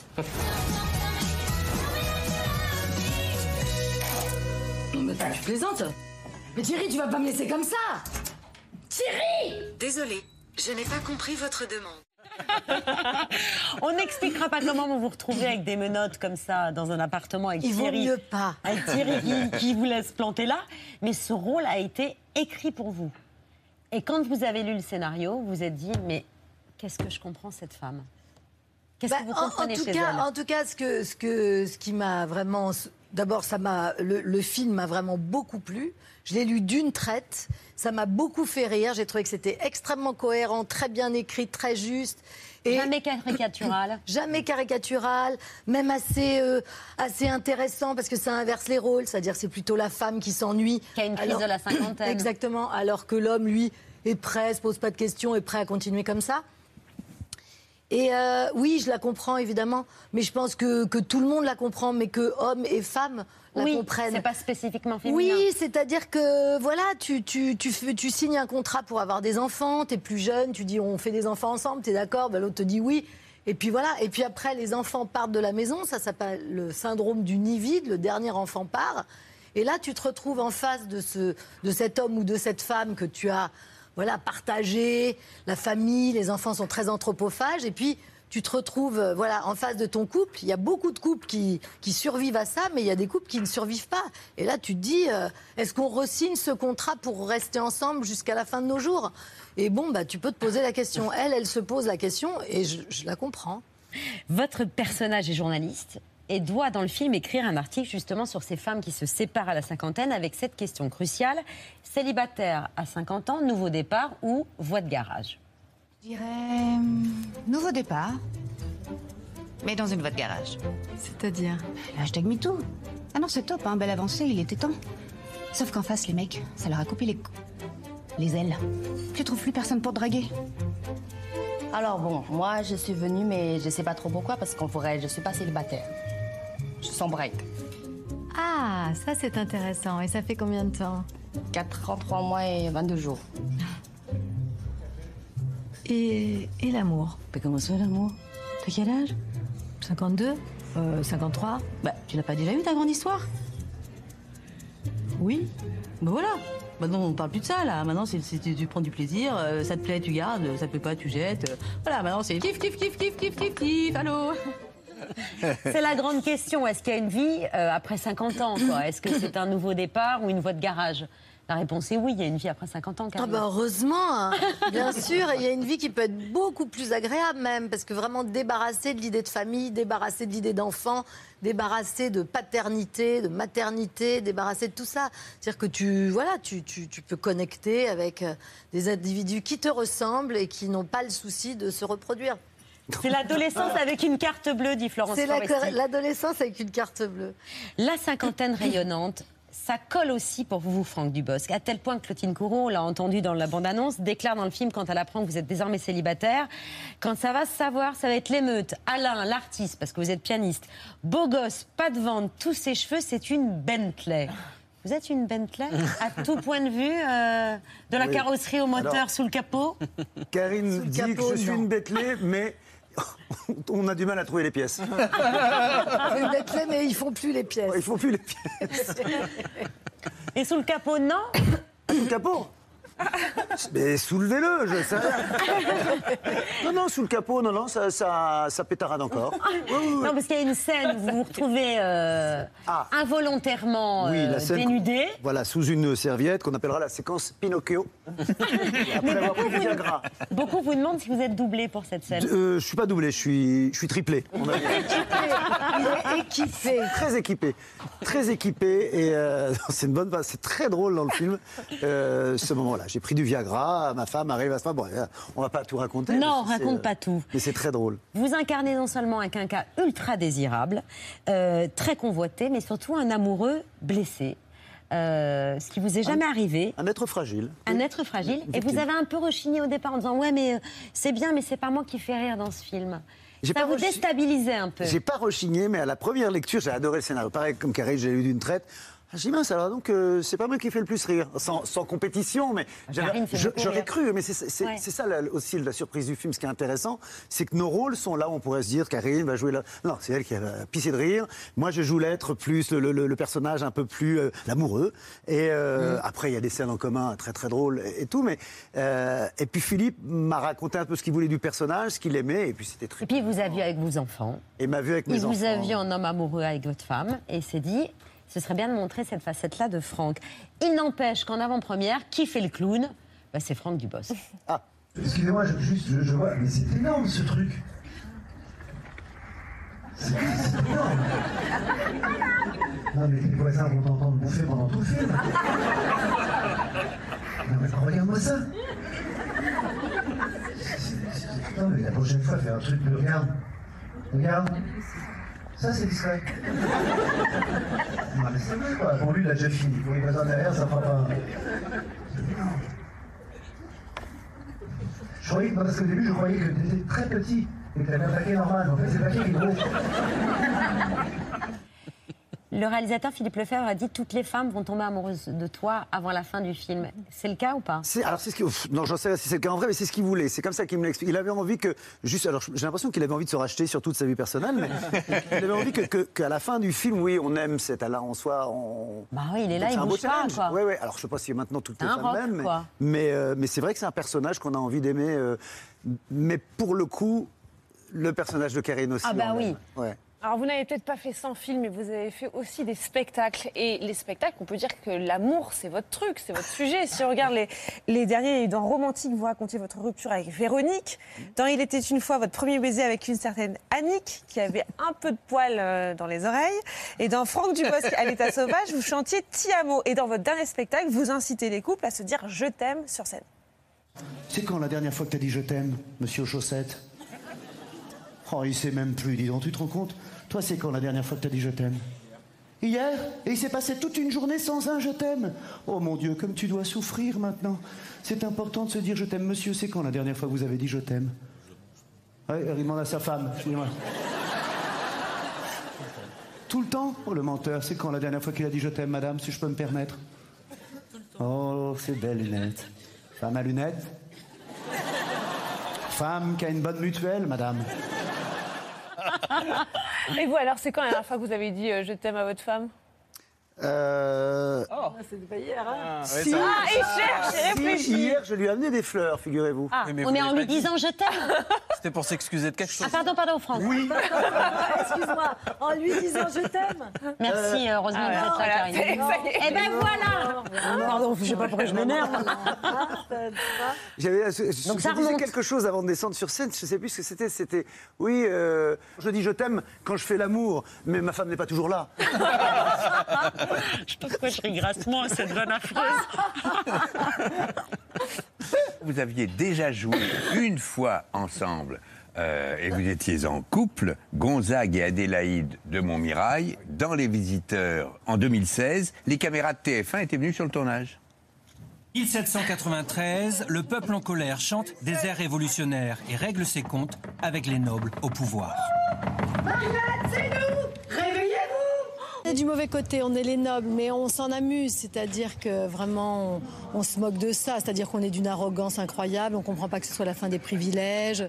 Non, mais tu plaisantes? Mais Thierry, tu vas pas me laisser comme ça! Thierry! Désolée, je n'ai pas compris votre demande. On n'expliquera pas comment vous vous retrouvez avec des menottes comme ça dans un appartement avec Il vaut Thierry. mieux pas. Avec Thierry qui, qui vous laisse planter là. Mais ce rôle a été écrit pour vous. Et quand vous avez lu le scénario, vous vous êtes dit, mais qu'est-ce que je comprends cette femme? Qu'est-ce Bah, que vous en, en comprenez tout chez cas, elle? En tout cas, ce, que, ce, que, ce qui m'a vraiment... D'abord, ça m'a, le, le film m'a vraiment beaucoup plu. Je l'ai lu d'une traite. Ça m'a beaucoup fait rire. J'ai trouvé que c'était extrêmement cohérent, très bien écrit, très juste. Et jamais caricatural. Jamais caricatural, même assez, euh, assez intéressant parce que ça inverse les rôles. C'est-à-dire c'est plutôt la femme qui s'ennuie. Qui a une crise de la cinquantaine. Exactement. Alors que l'homme, lui, est prêt, se pose pas de questions, est prêt à continuer comme ça. Et euh, oui, je la comprends évidemment, mais je pense que, que tout le monde la comprend, mais que hommes et femmes la oui, comprennent. C'est pas spécifiquement féminin. Oui, c'est-à-dire que voilà, tu, tu, tu, fais, tu signes un contrat pour avoir des enfants, t'es plus jeune, tu dis on fait des enfants ensemble, t'es d'accord, ben, l'autre te dit oui. Et puis voilà, et puis après les enfants partent de la maison, ça s'appelle le syndrome du nid vide, le dernier enfant part. Et là, tu te retrouves en face de, ce, de cet homme ou de cette femme que tu as voilà, partagé, la famille, les enfants sont très anthropophages, et puis tu te retrouves euh, voilà, en face de ton couple. Il y a beaucoup de couples qui, qui survivent à ça, mais il y a des couples qui ne survivent pas. Et là, tu te dis, euh, est-ce qu'on re-signe ce contrat pour rester ensemble jusqu'à la fin de nos jours? Et bon, bah, tu peux te poser la question. Elle, elle se pose la question, et je, je la comprends. Votre personnage est journaliste et doit, dans le film, écrire un article justement sur ces femmes qui se séparent à la cinquantaine avec cette question cruciale. Célibataire à cinquante ans, nouveau départ ou voie de garage? Je dirais euh, nouveau départ, mais dans une voie de garage. C'est-à-dire? Le hashtag MeToo. Ah non, c'est top, hein, belle avancée, il était temps. Sauf qu'en face, les mecs, ça leur a coupé les... les ailes. Tu trouves plus personne pour te draguer? Alors bon, moi je suis venue, mais je sais pas trop pourquoi, parce qu'en vrai, je suis pas célibataire. Je suis en break. Ah, ça c'est intéressant. Et ça fait combien de temps? quatre ans, trois mois et vingt-deux jours. Et, et l'amour? Mais comment ça, l'amour? T'as quel âge? cinquante-deux euh, cinquante-trois. Bah, tu l'as pas déjà eu ta grande histoire? Oui. Bah voilà. Bah non, on parle plus de ça, là. Maintenant, c'est, c'est, tu, tu prends du plaisir, euh, ça te plaît, tu gardes, ça te plaît pas, tu jettes. Euh, voilà, maintenant, c'est kiff, kiff, kiff, kiff, kiff, kiff, kiff, allô? C'est la grande question. Est-ce qu'il y a une vie euh, après cinquante ans, quoi? Est-ce que c'est un nouveau départ ou une voie de garage? La réponse est oui, il y a une vie après cinquante ans. Ah bah heureusement, hein. Bien sûr, il y a une vie qui peut être beaucoup plus agréable même, parce que vraiment débarrasser de l'idée de famille, débarrasser de l'idée d'enfant, débarrasser de paternité, de maternité, débarrasser de tout ça. C'est-à-dire que tu, voilà, tu, tu, tu peux connecter avec des individus qui te ressemblent et qui n'ont pas le souci de se reproduire. C'est l'adolescence avec une carte bleue, dit Florence C'est la, Foresti. l'adolescence avec une carte bleue. La cinquantaine rayonnante, ça colle aussi pour vous, Franck Dubosc, à tel point que Clotilde Courreau, on l'a entendu dans la bande-annonce, déclare dans le film, quand elle apprend que vous êtes désormais célibataire, quand ça va se savoir, ça va être l'émeute. Alain, l'artiste, parce que vous êtes pianiste, beau gosse, pas de ventre, tous ses cheveux, c'est une Bentley. Vous êtes une Bentley, à tout point de vue, euh, de la Oui. carrosserie au moteur Alors, sous le capot? Karine le dit capot, que je suis non. une Bentley, mais on a du mal à trouver les pièces. C'est une Bentley, mais ils font plus les pièces. Ils font plus les pièces. Et sous le capot, non? Sous le capot? Mais soulevez-le, je sais rien. Non, non, sous le capot, non, non, ça, ça, ça pétarade encore. Oui, oui, oui. Non, parce qu'il y a une scène où vous vous retrouvez euh, involontairement Oui, euh, la scène, dénudé. voilà, sous une serviette qu'on appellera la séquence Pinocchio. Mais avoir beaucoup pris du vous, Viagra. beaucoup vous demandent si vous êtes doublé pour cette scène. Euh, je suis pas doublé, je suis, je suis triplé. On va dire. Il est équipé. Très équipé, très équipé et euh, c'est une bonne base, c'est très drôle dans le film. Euh, ce moment-là, j'ai pris du Viagra, ma femme arrive à ce moment. Bon, on va pas tout raconter. Non, mais c'est, raconte euh, pas tout. Mais c'est très drôle. Vous incarnez non seulement un quinca ultra désirable, euh, très convoité, mais surtout un amoureux blessé. Euh, ce qui vous est jamais un, arrivé. Un être fragile. Un être fragile. Et vous avez un peu rechigné au départ en disant ouais mais euh, c'est bien mais c'est pas moi qui fais rire dans ce film. J'ai Ça pas vous rechi- déstabilisait un peu. J'ai pas rechigné, mais à la première lecture, j'ai adoré le scénario. Pareil, comme Carré, j'ai lu d'une traite. Ah, j'ai dit, mince, alors donc euh, c'est pas moi qui fais le plus rire, sans, sans compétition, mais Karine fait je- beaucoup j'aurais rire. cru, mais c'est c'est- Ouais. c'est ça la- aussi la surprise du film, ce qui est intéressant, c'est que nos rôles sont là où on pourrait se dire, Karine va jouer là. Non, c'est elle qui a pissé de rire. Moi, je joue l'être plus, le, le- le personnage un peu plus euh, l'amoureux. Et euh, Mm. après, il y a des scènes en commun très très drôles et, et tout, mais euh, et puis Philippe m'a raconté un peu ce qu'il voulait du personnage, ce qu'il aimait, et puis c'était très. Et puis, il vous a vu avec vos enfants. Et m'a vu avec mes Il enfants. vous a vu en homme amoureux avec votre femme et il s'est dit, ce serait bien de montrer cette facette-là de Franck. Il n'empêche qu'en avant-première, qui fait le clown? Bah, c'est Franck Dubosc. Ah. Excusez-moi, je, juste, je, je vois, mais c'est énorme ce truc. C'est c'est énorme. Non, mais les voisins vont t'entendre bouffer pendant tout le film. Non, mais regarde-moi ça. C'est- c'est- Non, mais la prochaine fois, fais un truc, mais regarde. Regarde. Ça, c'est discret. Non, mais c'est vrai, quoi. Pour lui, il a déjà fini. Pour les voisins derrière, ça fera pas. C'est énorme. Je croyais, non, parce qu'au début, je croyais que tu étais très petit et que tu avais un paquet normal. En fait, c'est le paquet qui est gros. Le réalisateur Philippe Lefebvre a dit toutes les femmes vont tomber amoureuses de toi avant la fin du film. C'est le cas ou pas? C'est- Alors c'est ce qui, ouf, non, j'en sais pas si c'est le cas en vrai, mais c'est ce qu'il voulait. C'est comme ça qu'il me l'explique. Il avait envie que, juste, alors j'ai l'impression qu'il avait envie de se racheter sur toute sa vie personnelle, mais il avait envie que, que- qu'à la fin du film, oui, on aime cet là, on soit, on. Bah oui, il est là, C'est il un beau bouge pas, challenge. quoi. Ouais, ouais. Alors je sais pas si maintenant toutes les Un femmes rock, l'aiment, mais, quoi. mais, euh, mais c'est vrai que c'est un personnage qu'on a envie d'aimer. euh, mais pour le coup, le personnage de Karine aussi. Ah bah on oui. l'aime. Ouais. Alors, vous n'avez peut-être pas fait cent films, mais vous avez fait aussi des spectacles. Et les spectacles, on peut dire que l'amour, c'est votre truc, c'est votre sujet. Si on regarde les, les derniers, dans Romantique, vous racontez votre rupture avec Véronique. Dans Il était une fois, votre premier baiser avec une certaine Annick, qui avait un peu de poils euh, dans les oreilles. Et dans Franck Dubosc, à l'état sauvage, vous chantiez Ti amo. Et dans votre dernier spectacle, vous incitez les couples à se dire « je t'aime » sur scène. C'est quand la dernière fois que t'as dit je t'aime, monsieur aux chaussettes? Oh, il sait même plus, dis donc, tu te rends compte? Toi, c'est quand la dernière fois que t'as dit je t'aime? Hier? Et il s'est passé toute une journée sans un je t'aime? Oh mon Dieu, comme tu dois souffrir maintenant. C'est important de se dire je t'aime. Monsieur, c'est quand la dernière fois que vous avez dit je t'aime? Ouais, il demande à sa femme, excusez-moi. Tout le temps? Oh, le menteur, c'est quand la dernière fois qu'il a dit je t'aime, madame, si je peux me permettre? Oh, ces belles lunettes. Femme à lunettes? Femme qui a une bonne mutuelle, madame. Et vous, alors, c'est quand la dernière fois que vous avez dit euh, « je t'aime » à votre femme? Euh... Oh, c'est pas hier, hein? ouais, Si. ça- Ah, il cherche, il Si, réfléchit. hier, je lui ai amené des fleurs, figurez-vous. Ah, on est en lui disant je t'aime. C'était pour s'excuser de quelque chose. Ah, pardon, pardon, Franck. Oui. Excuse-moi, en lui disant je t'aime. Merci, heureusement Ah ouais, que vous êtes là, voilà, Karine. c'est- ça y est. Eh ben voilà. Pardon, je sais pas pourquoi je m'énerve. J'avais, je, je- Donc je ça disais remonte. quelque chose avant de descendre sur scène, je sais plus ce que c'était. C'était, oui, euh, je dis je t'aime quand je fais l'amour, mais ma femme n'est pas toujours là. Je sais pas pourquoi je ris grassement à cette vanne affreuse. Vous aviez déjà joué une fois ensemble euh, et vous étiez en couple, Gonzague et Adélaïde de Montmirail, dans Les Visiteurs en deux mille seize. Les caméras de T F un étaient venues sur le tournage. mille sept cent quatre-vingt-treize, le peuple en colère chante des airs révolutionnaires et règle ses comptes avec les nobles au pouvoir. C'est nous! Réveillez-vous! On est du mauvais côté, on est les nobles, mais on s'en amuse, c'est-à-dire que vraiment on, on se moque de ça, c'est-à-dire qu'on est d'une arrogance incroyable, on comprend pas que ce soit la fin des privilèges.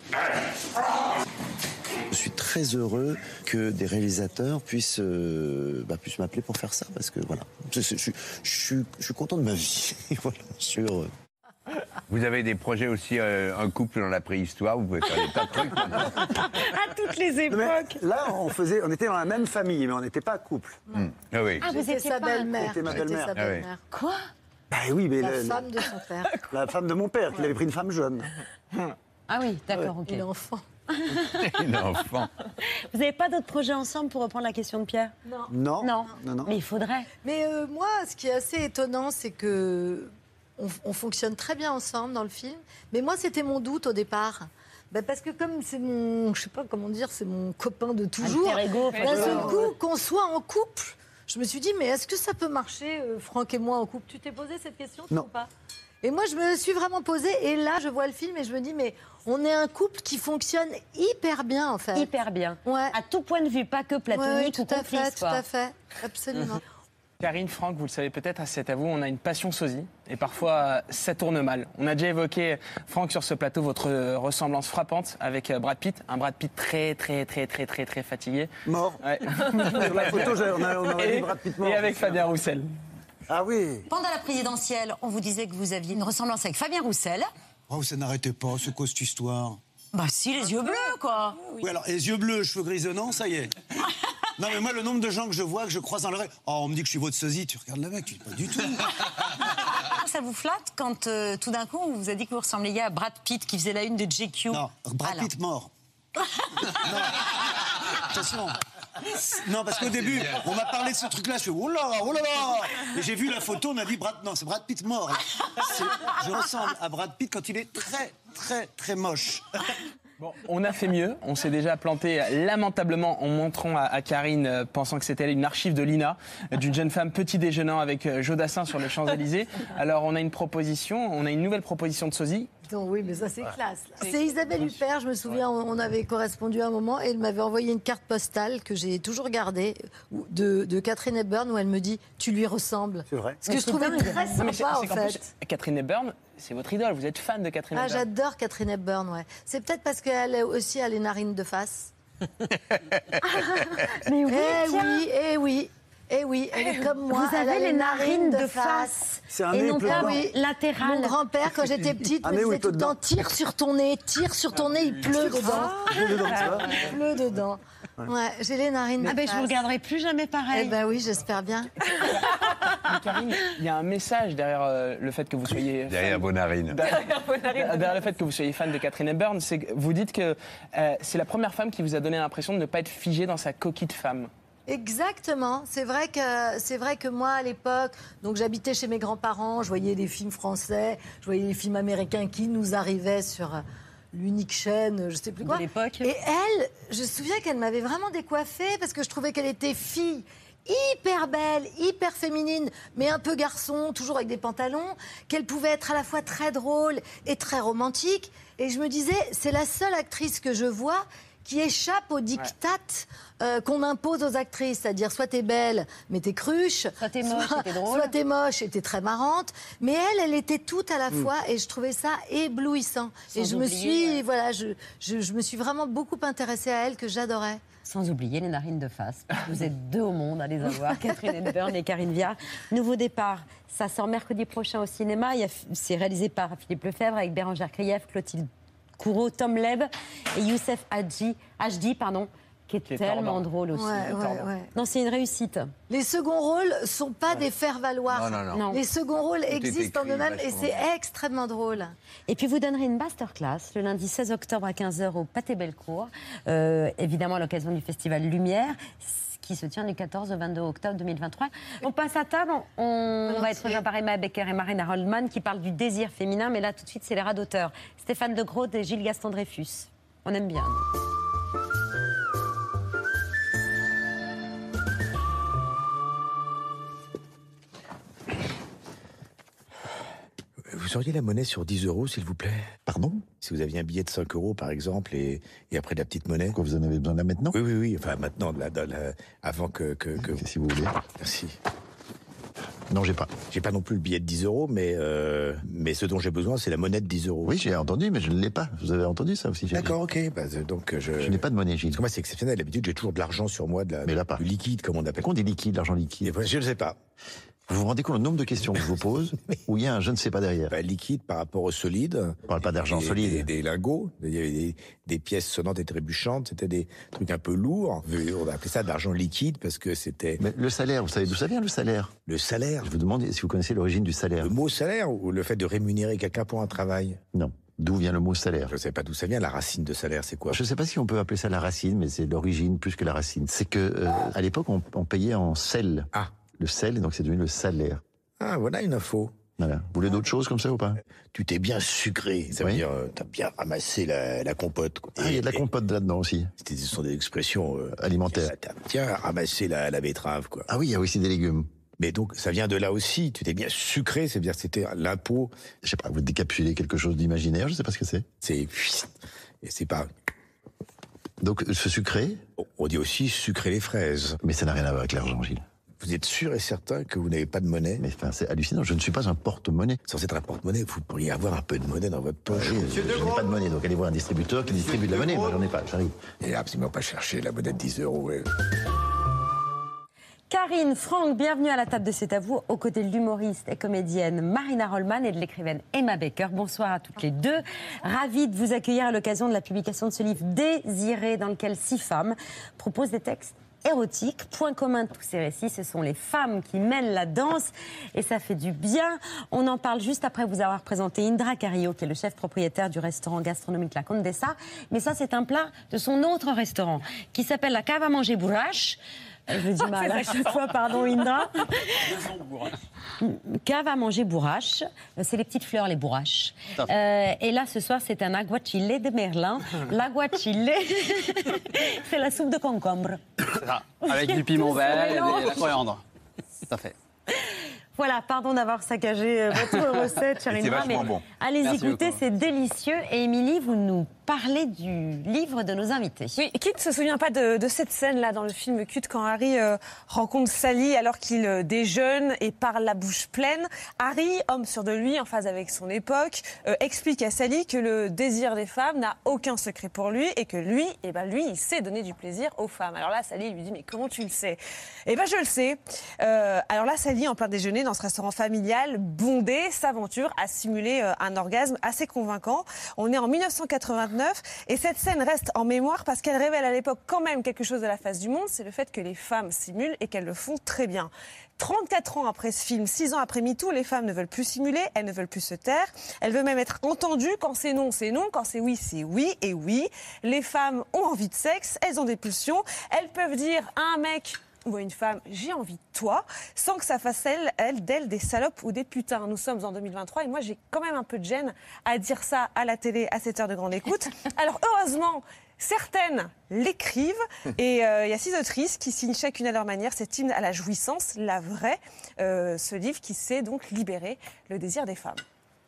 Je suis très heureux que des réalisateurs puissent, euh, bah, puissent m'appeler pour faire ça, parce que voilà, je, je, je, je suis, je suis content de ma vie. Voilà, je suis heureux. Vous avez des projets aussi, euh, un couple dans la préhistoire, vous pouvez faire des tas de trucs. À toutes les époques. Mais là, on faisait, on était dans la même famille, mais on n'était pas couple. Hmm. Ah oui. Ah, vous J'étais étiez sa pas un belle-mère. C'était ma J'étais belle-mère. sa Ah oui. belle-mère. Quoi? Bah oui, mais La le- femme de son père. la femme de mon père, qu'il avait pris une femme jeune. Ah oui, d'accord, ok. Et l'enfant. L'enfant. Vous n'avez pas d'autres projets ensemble pour reprendre la question de Pierre? Non. Non. Non. Non, non. Mais il faudrait. Mais euh, moi, ce qui est assez étonnant, c'est que on, on fonctionne très bien ensemble dans le film. Mais moi, c'était mon doute au départ. Ben, parce que comme c'est mon, je sais pas comment dire, c'est mon copain de toujours. Alter ego, D'un seul enfin, coup, qu'on soit en couple, je me suis dit, mais est-ce que ça peut marcher, euh, Franck et moi en couple? Tu t'es posé cette question, toi, Non. ou pas? Et moi, je me suis vraiment posée. Et là, je vois le film et je me dis, mais on est un couple qui fonctionne hyper bien, en fait. Hyper bien. Ouais. À tout point de vue, pas que platonique Ouais, ouais, tout ou à complice, fait, tout quoi. à fait, absolument. Karine, Franck, vous le savez peut-être, c'est à vous, on a une passion sosie et parfois ça tourne mal. On a déjà évoqué, Franck, sur ce plateau, votre ressemblance frappante avec Brad Pitt, un Brad Pitt très très très très très très fatigué. Mort. Ouais. Sur la photo, on, a, on aurait et, dit Brad Pitt mort. Et avec Fabien Roussel. Ah oui. Pendant la présidentielle, on vous disait que vous aviez une ressemblance avec Fabien Roussel. Oh, ça n'arrêtait pas, c'est quoi cette histoire? Bah si, les yeux bleus, quoi. Oui, alors, les yeux bleus, cheveux grisonnants, ça y est. Non, mais moi, le nombre de gens que je vois, que je croise dans le rêve... Oh, on me dit que je suis votre sosie, tu regardes le mec, tu dis pas du tout. Ça vous flatte quand, euh, tout d'un coup, on vous a dit que vous ressembliez à Brad Pitt, qui faisait la une de J Q? Non, Brad Alors. Pitt mort. Non, attention. Non, parce qu'au début, on m'a parlé de ce truc-là, je fais oh là, oh là là. Et j'ai vu la photo, on a dit Brad, non, c'est Brad Pitt mort. Je ressemble à Brad Pitt quand il est très, très, très moche. Bon, on a fait mieux. On s'est déjà planté lamentablement en montrant à, à Karine, euh, pensant que c'était une archive de l'I N A, euh, d'une jeune femme petit déjeunant avec euh, Jodassin sur les Champs-Élysées. Alors, on a une proposition, on a une nouvelle proposition de sosie. Donc, oui, mais ça, c'est classe. Là. C'est Isabelle Huppert, je me souviens, on avait correspondu à un moment et elle m'avait envoyé une carte postale que j'ai toujours gardée de, de Catherine Hepburn où elle me dit « Tu lui ressembles ». C'est vrai. Ce que je trouvais très Non, mais c'est- sympa, en c'est qu'en fait. plus, Catherine Hepburn, c'est votre idole. Vous êtes fan de Catherine Ah, Hepburn. j'adore Catherine Hepburn, ouais. C'est peut-être parce qu'elle est aussi a les narines de face. Mais oui, eh tiens. oui, eh oui, eh oui, elle est comme moi. Vous elle avez a les narines de face. C'est un Et nez non pas pleurant. oui, latéral. Mon grand-père, quand j'étais petite, Un me nez où disait il pleut tout le temps dedans. tire sur ton nez, tire sur ton nez, il pleut dedans. Il pleut dedans, tu vois. Il pleut dedans. Ouais, j'ai les narines de Ah ben je face. vous regarderai plus jamais pareil. Eh ben oui, j'espère bien. Mais Karine, il y a un message derrière euh, le fait que vous soyez fan- Derrière vos narines. derrière, derrière le fait que vous soyez fan de Catherine Hepburn, c'est que vous dites que euh, c'est la première femme qui vous a donné l'impression de ne pas être figée dans sa coquille de femme. Exactement. C'est vrai que c'est vrai que moi à l'époque, donc j'habitais chez mes grands-parents, je voyais des films français, je voyais des films américains qui nous arrivaient sur euh, l'unique chaîne, je sais plus quoi. De l'époque. Et elle, je me souviens qu'elle m'avait vraiment décoiffée parce que je trouvais qu'elle était fille hyper belle, hyper féminine, mais un peu garçon, toujours avec des pantalons, qu'elle pouvait être à la fois très drôle et très romantique. Et je me disais, c'est la seule actrice que je vois qui échappe aux dictates euh, qu'on impose aux actrices, c'est-à-dire soit t'es belle, mais t'es cruche, Soit t'es moche et t'es drôle. soit t'es moche et t'es très marrante. Mais elle, elle était toute à la Mm. fois, et je trouvais ça éblouissant. Sans et je me oublier, suis, ouais. voilà, je, je, je me suis vraiment beaucoup intéressée à elle, que j'adorais. Sans oublier les narines de face. Vous êtes deux au monde à les avoir, Catherine Hepburn et Karine Viard. Nouveau départ, ça sort mercredi prochain au cinéma. Il y a- C'est réalisé par Philippe Lefebvre avec Bérangère Krief, Clotilde Courreau, Tom Leb et Youssef Hadji, Hajdi, pardon, qui est, Qui est tellement tordant. drôle aussi. Ouais, ouais, ouais. Non, c'est une réussite. Les seconds rôles sont pas des faire-valoir. Non, non, non. Non. Les seconds rôles est existent en écrit eux-mêmes et vachement c'est bien. extrêmement drôle. Et puis vous donnerez une masterclass le lundi seize octobre à quinze heures au Pâté Bellecour, euh, évidemment à l'occasion du festival Lumière, qui se tient du quatorze au vingt-deux octobre deux mille vingt-trois. On passe à table, on, on va être rejoint par Emma Becker et Marina Roldman qui parlent du désir féminin, mais là tout de suite c'est les rats d'auteur. Stéphane De Groot et Gilles Gaston Dreyfus. On aime bien. nous. Vous auriez la monnaie sur dix euros, s'il vous plaît? Pardon? Si vous aviez un billet de cinq euros, par exemple, et, et après de la petite monnaie. Pourquoi vous en avez besoin là maintenant? Oui, oui, oui. Enfin, maintenant, de la, de la- avant que, que, que... Si vous voulez. Merci. Non, j'ai pas. J'ai pas non plus le billet de dix euros, mais, euh, mais ce dont j'ai besoin, c'est la monnaie de dix euros. Oui, j'ai entendu, mais je ne l'ai pas. Vous avez entendu ça aussi, j'ai dit. D'accord, ok. Bah, euh, donc, euh, je... Je n'ai pas de monnaie, Gilles. Parce que moi, c'est exceptionnel. D'habitude, j'ai toujours de l'argent sur moi, de la, Mais là, pas. du liquide, comme on appelle. Pourquoi on dit liquide, l'argent liquide? Et voilà, je ne sais pas. Vous vous rendez compte le nombre de questions que je vous pose où il y a un je ne sais pas derrière? Bah, liquide par rapport au solide. On parle pas d'argent Des- solide. Des, des lingots, il y avait des, des pièces sonnantes et trébuchantes, c'était des trucs un peu lourds. On a appelé ça de l'argent liquide parce que c'était... Mais le salaire, vous savez d'où ça vient, le salaire? Le salaire. Je vous demande si vous connaissez l'origine du salaire. Le mot salaire ou le fait de rémunérer quelqu'un pour un travail? Non. D'où vient le mot salaire? Je ne sais pas d'où ça vient, la racine de salaire, c'est quoi? Je ne sais pas si on peut appeler ça la racine, mais c'est l'origine plus que la racine. C'est que euh, à l'époque, on, on payait en sel. Ah. Le sel, et donc c'est devenu le salaire. Ah, voilà une info. Voilà. Vous voulez d'autres choses comme ça ou pas? Tu t'es bien sucré, ça veut Oui. dire euh, t'as bien ramassé la, la compote. quoi. Ah, il y a de la Et- compote là-dedans aussi. et Ce sont des expressions euh, Alimentaire. T'as bien ramassé la, la betterave, quoi. Ah oui, il y a aussi des légumes. Mais donc, ça vient de là aussi. Tu t'es bien sucré, c'est-à-dire que c'était l'impôt. Je sais pas, vous décapsulez quelque chose d'imaginaire, je sais pas ce que c'est. C'est... Et c'est pas... Donc, ce sucré, On dit aussi sucrer les fraises. mais ça n'a rien à voir avec l'argent, Gilles. Vous êtes sûr et certain que vous n'avez pas de monnaie? Mais enfin, c'est hallucinant, je ne suis pas un porte-monnaie. Sans être un porte-monnaie, vous pourriez avoir un peu de monnaie dans votre poche. Oui, je n'ai pas de monnaie, donc allez voir un distributeur qui distribue de la monnaie. Moi, j'en ai pas, j'arrive. Et absolument pas chercher la monnaie de dix euros. Ouais. Karine, Franck, bienvenue à la table de C'est à vous, aux côtés de l'humoriste et comédienne Marina Rollman et de l'écrivaine Emma Baker. Bonsoir à toutes les deux. Ravie de vous accueillir à l'occasion de la publication de ce livre Désiré, dans lequel six femmes proposent des textes érotiques. Point commun de tous ces récits, ce sont les femmes qui mènent la danse et ça fait du bien. On en parle juste après vous avoir présenté Indra Carillo, qui est le chef propriétaire du restaurant gastronomique La Condessa. Mais ça, c'est un plat de son autre restaurant qui s'appelle la Cave à manger bourrache. Je dis mal à chaque fois, pardon Indra. Cave à manger bourrache, c'est les petites fleurs, les bourraches. Euh, et là, ce soir, c'est un aguachile de Merlin. L'aguachile, c'est la soupe de concombre. Ça, avec du piment vert et de la coriandre. Tout à fait. Voilà, pardon d'avoir saccagé votre recette, chère Indra, mais bon. allez-y goûter, c'est délicieux. Et Émilie, vous nous parlez du livre de nos invités. Oui, qui ne se souvient pas de, de cette scène-là dans le film Culte, quand Harry euh, rencontre Sally alors qu'il euh, déjeune et parle la bouche pleine. Harry, homme sûr de lui, en phase avec son époque, euh, explique à Sally que le désir des femmes n'a aucun secret pour lui et que lui, eh ben, lui, il sait donner du plaisir aux femmes. Alors là, Sally lui dit, mais comment tu le sais? Eh ben, je le sais. Euh, alors là, Sally, en plein déjeuner, dans ce restaurant familial, bondé, s'aventure à simuler euh, un orgasme assez convaincant. On est en mille neuf cent quatre-vingt-neuf et cette scène reste en mémoire parce qu'elle révèle à l'époque quand même quelque chose de la face du monde, c'est le fait que les femmes simulent et qu'elles le font très bien. trente-quatre ans après ce film, six ans après MeToo, les femmes ne veulent plus simuler, elles ne veulent plus se taire, elles veulent même être entendues. Quand c'est non, c'est non, quand c'est oui, c'est oui. Et oui, les femmes ont envie de sexe, elles ont des pulsions, elles peuvent dire à un mec ou à une femme, j'ai envie de toi, sans que ça fasse elle, elle d'elle des salopes ou des putins. Nous sommes en deux mille vingt-trois et moi j'ai quand même un peu de gêne à dire ça à la télé à cette heure de grande écoute. Alors heureusement, certaines l'écrivent et il euh, y a six autrices qui signent chacune à leur manière cet hymne à la jouissance, la vraie, euh, ce livre qui sait donc libérer le désir des femmes.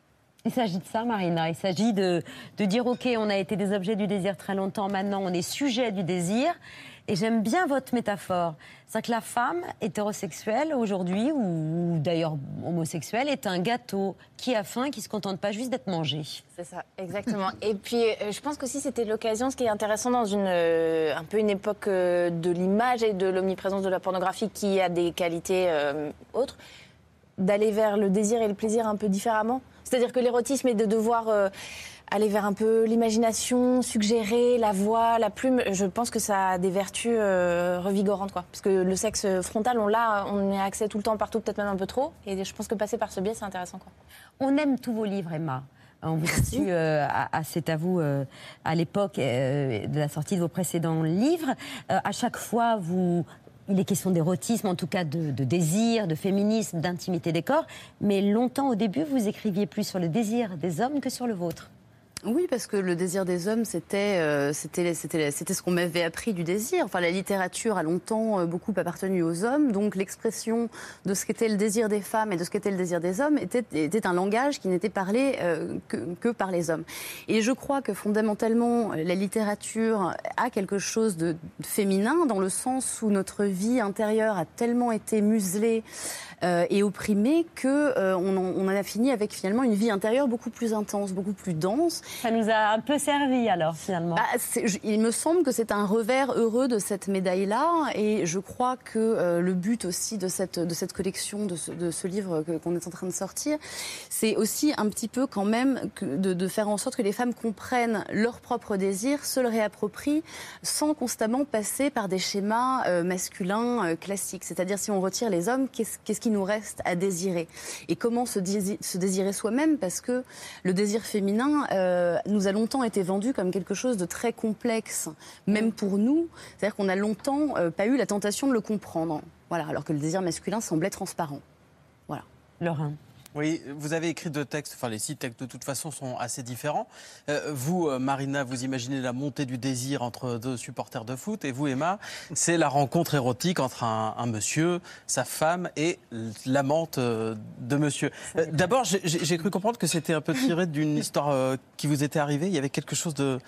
Il s'agit de ça, Marina. Il s'agit de, de dire, OK, on a été des objets du désir très longtemps, maintenant on est sujet du désir. Et j'aime bien votre métaphore. C'est que la femme hétérosexuelle aujourd'hui, ou d'ailleurs homosexuelle, est un gâteau qui a faim, qui ne se contente pas juste d'être mangé. C'est ça, exactement. Et puis, euh, je pense qu'aussi c'était l'occasion, ce qui est intéressant dans une, euh, un peu une époque euh, de l'image et de l'omniprésence de la pornographie qui a des qualités euh, autres, d'aller vers le désir et le plaisir un peu différemment. C'est-à-dire que l'érotisme est de devoir... Euh, aller vers un peu l'imagination, suggérer, la voix, la plume. Je pense que ça a des vertus euh, revigorantes, quoi. Parce que le sexe frontal, on l'a, on y a accès tout le temps, partout, peut-être même un peu trop. Et je pense que passer par ce biais, c'est intéressant, quoi. On aime tous vos livres, Emma. On vous a su euh, à, à C'est à vous euh, à l'époque euh, de la sortie de vos précédents livres. Euh, à chaque fois, vous... Il est question d'érotisme, en tout cas de, de désir, de féminisme, d'intimité des corps. Mais longtemps, au début, vous écriviez plus sur le désir des hommes que sur le vôtre. Oui, parce que le désir des hommes, c'était euh, c'était c'était c'était ce qu'on m'avait appris du désir. Enfin, la littérature a longtemps euh, beaucoup appartenu aux hommes, donc l'expression de ce qu'était le désir des femmes et de ce qu'était le désir des hommes était était un langage qui n'était parlé euh, que, que par les hommes. Et je crois que fondamentalement, la littérature a quelque chose de féminin dans le sens où notre vie intérieure a tellement été muselée euh, et opprimée que euh, on, en, on en a fini avec finalement une vie intérieure beaucoup plus intense, beaucoup plus dense. Ça nous a un peu servi alors finalement. Bah, il me semble que c'est un revers heureux de cette médaille-là et je crois que euh, le but aussi de cette, de cette collection, de ce, de ce livre que, qu'on est en train de sortir, c'est aussi un petit peu quand même que de, de faire en sorte que les femmes comprennent leurs propres désirs, se le réapproprient sans constamment passer par des schémas euh, masculins euh, classiques. C'est-à-dire si on retire les hommes, qu'est-ce, qu'est-ce qui nous reste à désirer? Et comment se, désir, se désirer soi-même? Parce que le désir féminin... Euh, nous a longtemps été vendu comme quelque chose de très complexe, même pour nous. C'est-à-dire qu'on a longtemps euh, pas eu la tentation de le comprendre. Voilà, alors que le désir masculin semblait transparent. Voilà. Laurent. Oui, vous avez écrit deux textes, enfin les six textes de toute façon sont assez différents. Euh, vous, euh, Marina, vous imaginez la montée du désir entre deux supporters de foot, et vous, Emma, c'est la rencontre érotique entre un, un monsieur, sa femme et l'amante euh, de monsieur. Euh, d'abord, j'ai, j'ai cru comprendre que c'était un peu tiré d'une histoire euh, qui vous était arrivée. Il y avait quelque chose de...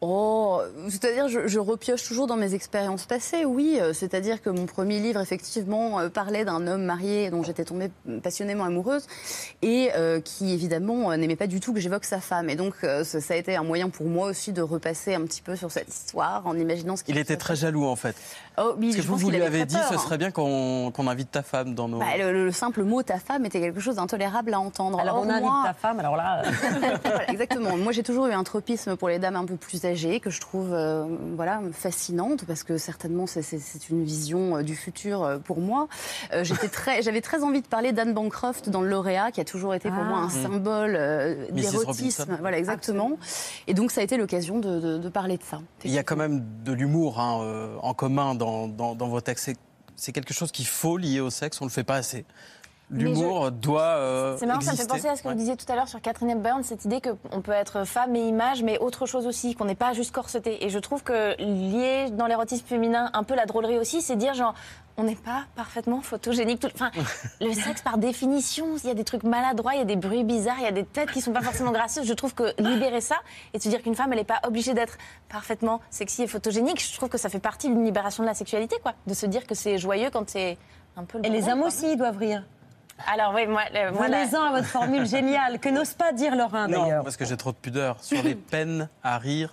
Oh, c'est-à-dire je, je repioche toujours dans mes expériences passées, oui. C'est-à-dire que mon premier livre, effectivement, euh, parlait d'un homme marié dont j'étais tombée passionnément amoureuse et euh, qui, évidemment, euh, n'aimait pas du tout que j'évoque sa femme. Et donc, euh, ça, ça a été un moyen pour moi aussi de repasser un petit peu sur cette histoire en imaginant ce qu'il Il était très jaloux, en fait. Oh, oui, Parce que je vous, pense vous qu'il lui avait avez très dit, peur, ce hein. serait bien qu'on qu'on invite ta femme dans nos... Bah, le, le simple mot ta femme était quelque chose d'intolérable à entendre. Alors, Or, on invite moi... ta femme, alors là... Voilà, exactement. Moi, j'ai toujours eu un tropisme pour les dames un peu plus âgées que je trouve euh, voilà, fascinante parce que certainement, c'est, c'est, c'est une vision euh, du futur euh, pour moi. Euh, j'étais très, j'avais très envie de parler d'Anne Bancroft dans Le Lauréat, qui a toujours été pour Ah. moi un Mmh. symbole euh, missus d'érotisme. Robinson. Voilà, exactement. Et donc, ça a été l'occasion de, de, de parler de ça. Il y a quand même de l'humour hein, euh, en commun dans, dans, dans vos textes. C'est, c'est quelque chose qu'il faut lier au sexe, on ne le fait pas assez. L'humour je... doit euh, C'est marrant, exister. ça me fait penser à ce que Ouais. vous disiez tout à l'heure sur Catherine Hepburn, cette idée qu'on peut être femme et image, mais autre chose aussi, qu'on n'est pas juste corseté. Et je trouve que lié dans l'érotisme féminin, un peu la drôlerie aussi, c'est dire genre, on n'est pas parfaitement photogénique. Tout... Enfin, le sexe par définition, il y a des trucs maladroits, il y a des bruits bizarres, il y a des têtes qui sont pas forcément gracieuses. Je trouve que libérer ça et de se dire qu'une femme, elle n'est pas obligée d'être parfaitement sexy et photogénique, je trouve que ça fait partie d'une libération de la sexualité, quoi. De se dire que c'est joyeux quand c'est un peu le Et les bordel, hommes quoi. aussi, ils doivent rire. Alors oui, moi, le, moi la- Venez-en à votre formule géniale, que n'ose pas dire Laurent Non, d'ailleurs. parce que j'ai trop de pudeur. Sur les peines à rire.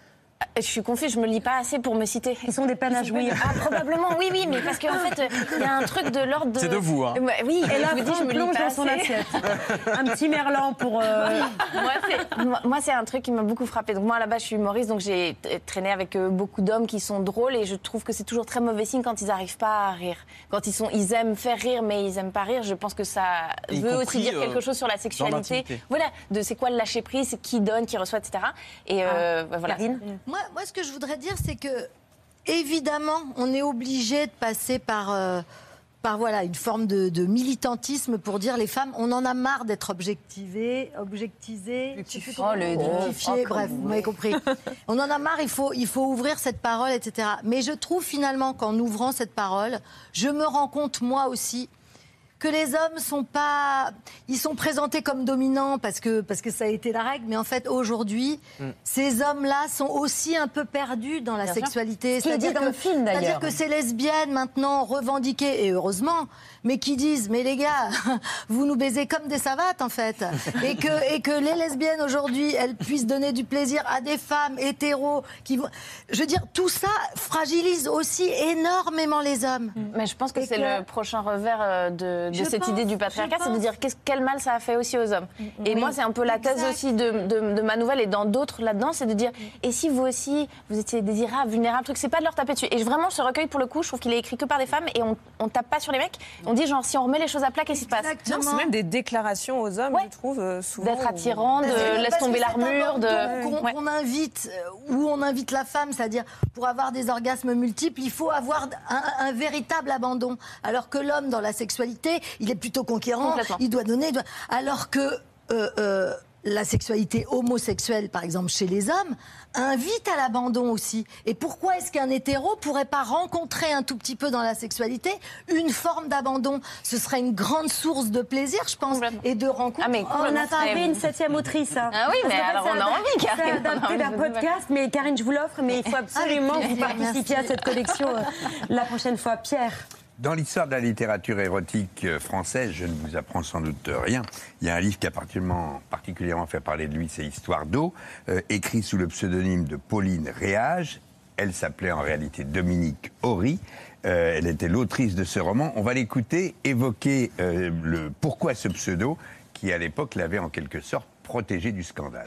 Je suis confuse, je me lis pas assez pour me citer. Ils sont des peines à jouir. Ah, probablement, oui, oui, mais parce qu'en fait, il y a un truc de l'ordre de... C'est de vous, hein. Ouais, oui, Et là, je vous dis, je me lis plonge pas dans son assez. assiette. Un petit merlan pour... euh, moi, c'est, moi, moi, c'est un truc qui m'a beaucoup frappée. Donc moi, à la base, je suis humoriste, donc j'ai t- traîné avec euh, beaucoup d'hommes qui sont drôles et je trouve que c'est toujours très mauvais signe quand ils n'arrivent pas à rire. Quand ils, sont, ils aiment faire rire, mais ils n'aiment pas rire, je pense que ça Y veut compris, aussi dire euh, quelque chose sur la dans sexualité. l'intimité. Voilà, de c'est quoi le lâcher-prise, qui donne, qui reçoit, et cetera. Et euh, bah, voilà. Karine Moi, moi, ce que je voudrais dire, c'est que, évidemment, on est obligé de passer par, euh, par voilà, une forme de, de militantisme pour dire les femmes, on en a marre d'être objectivées, objectisées, Oh, le objectifiées, oh, bref, comme vous m'avez compris. On en a marre, il faut, il faut ouvrir cette parole, et cetera. Mais je trouve finalement qu'en ouvrant cette parole, je me rends compte, moi aussi, que les hommes sont pas, ils sont présentés comme dominants parce que parce que ça a été la règle, mais en fait aujourd'hui, Mm. ces hommes-là sont aussi un peu perdus dans la Bien sûr. sexualité. Ce qui est dit C'est-à-dire dans que- le film, d'ailleurs. C'est-à-dire que ces lesbiennes maintenant revendiquées et heureusement, mais qui disent mais les gars, vous nous baisez comme des savates en fait, et que et que les lesbiennes aujourd'hui, elles puissent donner du plaisir à des femmes hétéros qui vont, je veux dire, tout ça fragilise aussi énormément les hommes. Mais je pense que Et c'est que- le prochain revers euh, de, de Je cette pense, idée du patriarcat, je c'est de pense. dire qu'est-ce, quel mal ça a fait aussi aux hommes. Et Oui, moi, c'est un peu la thèse exact. aussi de, de- de ma nouvelle et dans d'autres là-dedans, c'est de dire et si vous aussi, vous étiez désirable, vulnérable, truc, c'est pas de leur taper dessus. Et vraiment, ce recueil, pour le coup, je trouve qu'il est écrit que par des femmes et on, on tape pas sur les mecs. On dit genre, si on remet les choses à plat, qu'est-ce qui se passe Exactement. Non, c'est même des déclarations aux hommes, je trouve, euh, souvent. D'être attirant, de Parce que- laisse parce tomber que cet l'armure, de. abandon qu'on Ouais. qu'on invite, euh, où on invite la femme, c'est-à-dire pour avoir des orgasmes multiples, il faut avoir un, un véritable abandon. Alors que l'homme, dans la sexualité, il est plutôt conquérant, Complètement. il doit donner. il doit- Alors que euh, euh, la sexualité homosexuelle, par exemple, chez les hommes, invite à l'abandon aussi. Et pourquoi est-ce qu'un hétéro pourrait pas rencontrer un tout petit peu dans la sexualité une forme d'abandon? Ce serait une grande source de plaisir, je pense, et de rencontre. Ah, mais Oh, On a ça trouvé avait une septième autrice. hein. Ah oui, Parce mais qu'en fait, alors, c'est on a adap- envie, Karine, C'est on a adapté envie d'un de podcast, mais Karine, je vous l'offre, mais il faut absolument que vous plaisir, participiez merci. à cette collection euh, la prochaine fois. Pierre. Dans l'histoire de la littérature érotique euh, française, je ne vous apprends sans doute rien. Il y a un livre qui a particulièrement, particulièrement fait parler de lui, c'est Histoire d'eau, euh, écrit sous le pseudonyme de Pauline Réage. Elle s'appelait en réalité Dominique Horry. Euh, elle était l'autrice de ce roman. On va l'écouter évoquer euh, le pourquoi ce pseudo, qui à l'époque l'avait en quelque sorte protégée du scandale.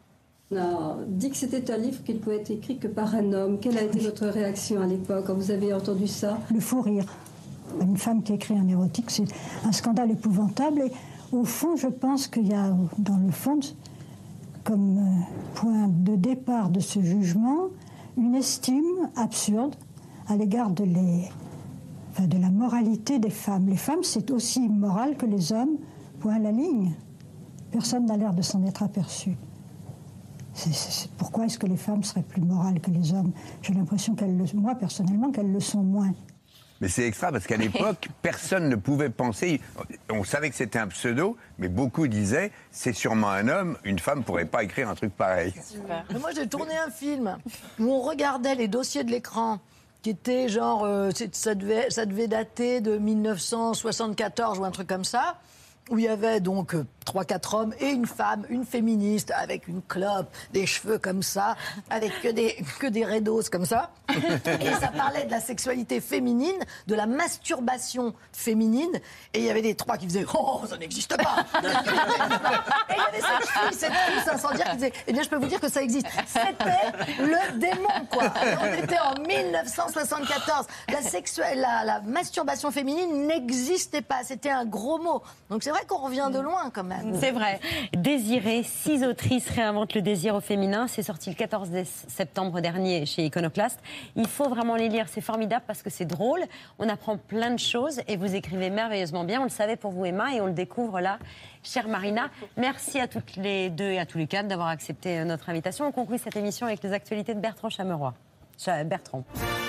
On a dit que c'était un livre qui ne pouvait être écrit que par un homme. Quelle a été votre réaction à l'époque quand vous avez entendu ça? Le fou rire. Une femme qui écrit un érotique, c'est un scandale épouvantable. Et au fond, je pense qu'il y a, dans le fond, comme euh, point de départ de ce jugement, une estime absurde à l'égard de, les, enfin, de la moralité des femmes. Les femmes, c'est aussi immoral que les hommes, point à la ligne. Personne n'a l'air de s'en être aperçu. C'est, c'est, pourquoi est-ce que les femmes seraient plus morales que les hommes? J'ai l'impression qu'elles le, moi personnellement, qu'elles le sont moins. Mais c'est extra parce qu'à l'époque, personne ne pouvait penser. On savait que c'était un pseudo, mais beaucoup disaient c'est sûrement un homme. Une femme ne pourrait pas écrire un truc pareil. Super. Mais moi, j'ai tourné un film où on regardait les dossiers de l'écran, qui étaient genre, euh, ça, devait, ça devait dater de mille neuf cent soixante-quatorze ou un truc comme ça, où il y avait donc euh, trois, quatre hommes et une femme, une féministe, avec une clope, des cheveux comme ça, avec que des, que des raidos comme ça. Et ça parlait de la sexualité féminine, de la masturbation féminine. Et il y avait des trois qui faisaient « Oh, ça n'existe pas !» Et il y avait cette fille, cette fille incendiaire qui disait « Eh bien, je peux vous dire que ça existe. » C'était le démon, quoi. Et on était en mille neuf cent soixante-quatorze. La, sexu- la, la masturbation féminine n'existait pas. C'était un gros mot. Donc c'est vrai qu'on revient de loin, quand même. C'est vrai. Désirée, six autrices réinventent le désir au féminin. C'est sorti le quatorze septembre dernier chez Iconoclast. Il faut vraiment les lire. C'est formidable parce que c'est drôle. On apprend plein de choses et vous écrivez merveilleusement bien. On le savait pour vous, Emma, et on le découvre là, chère Marina. Merci à toutes les deux et à tous les quatre d'avoir accepté notre invitation. On conclut cette émission avec les actualités de Bertrand Chameroy. Bertrand.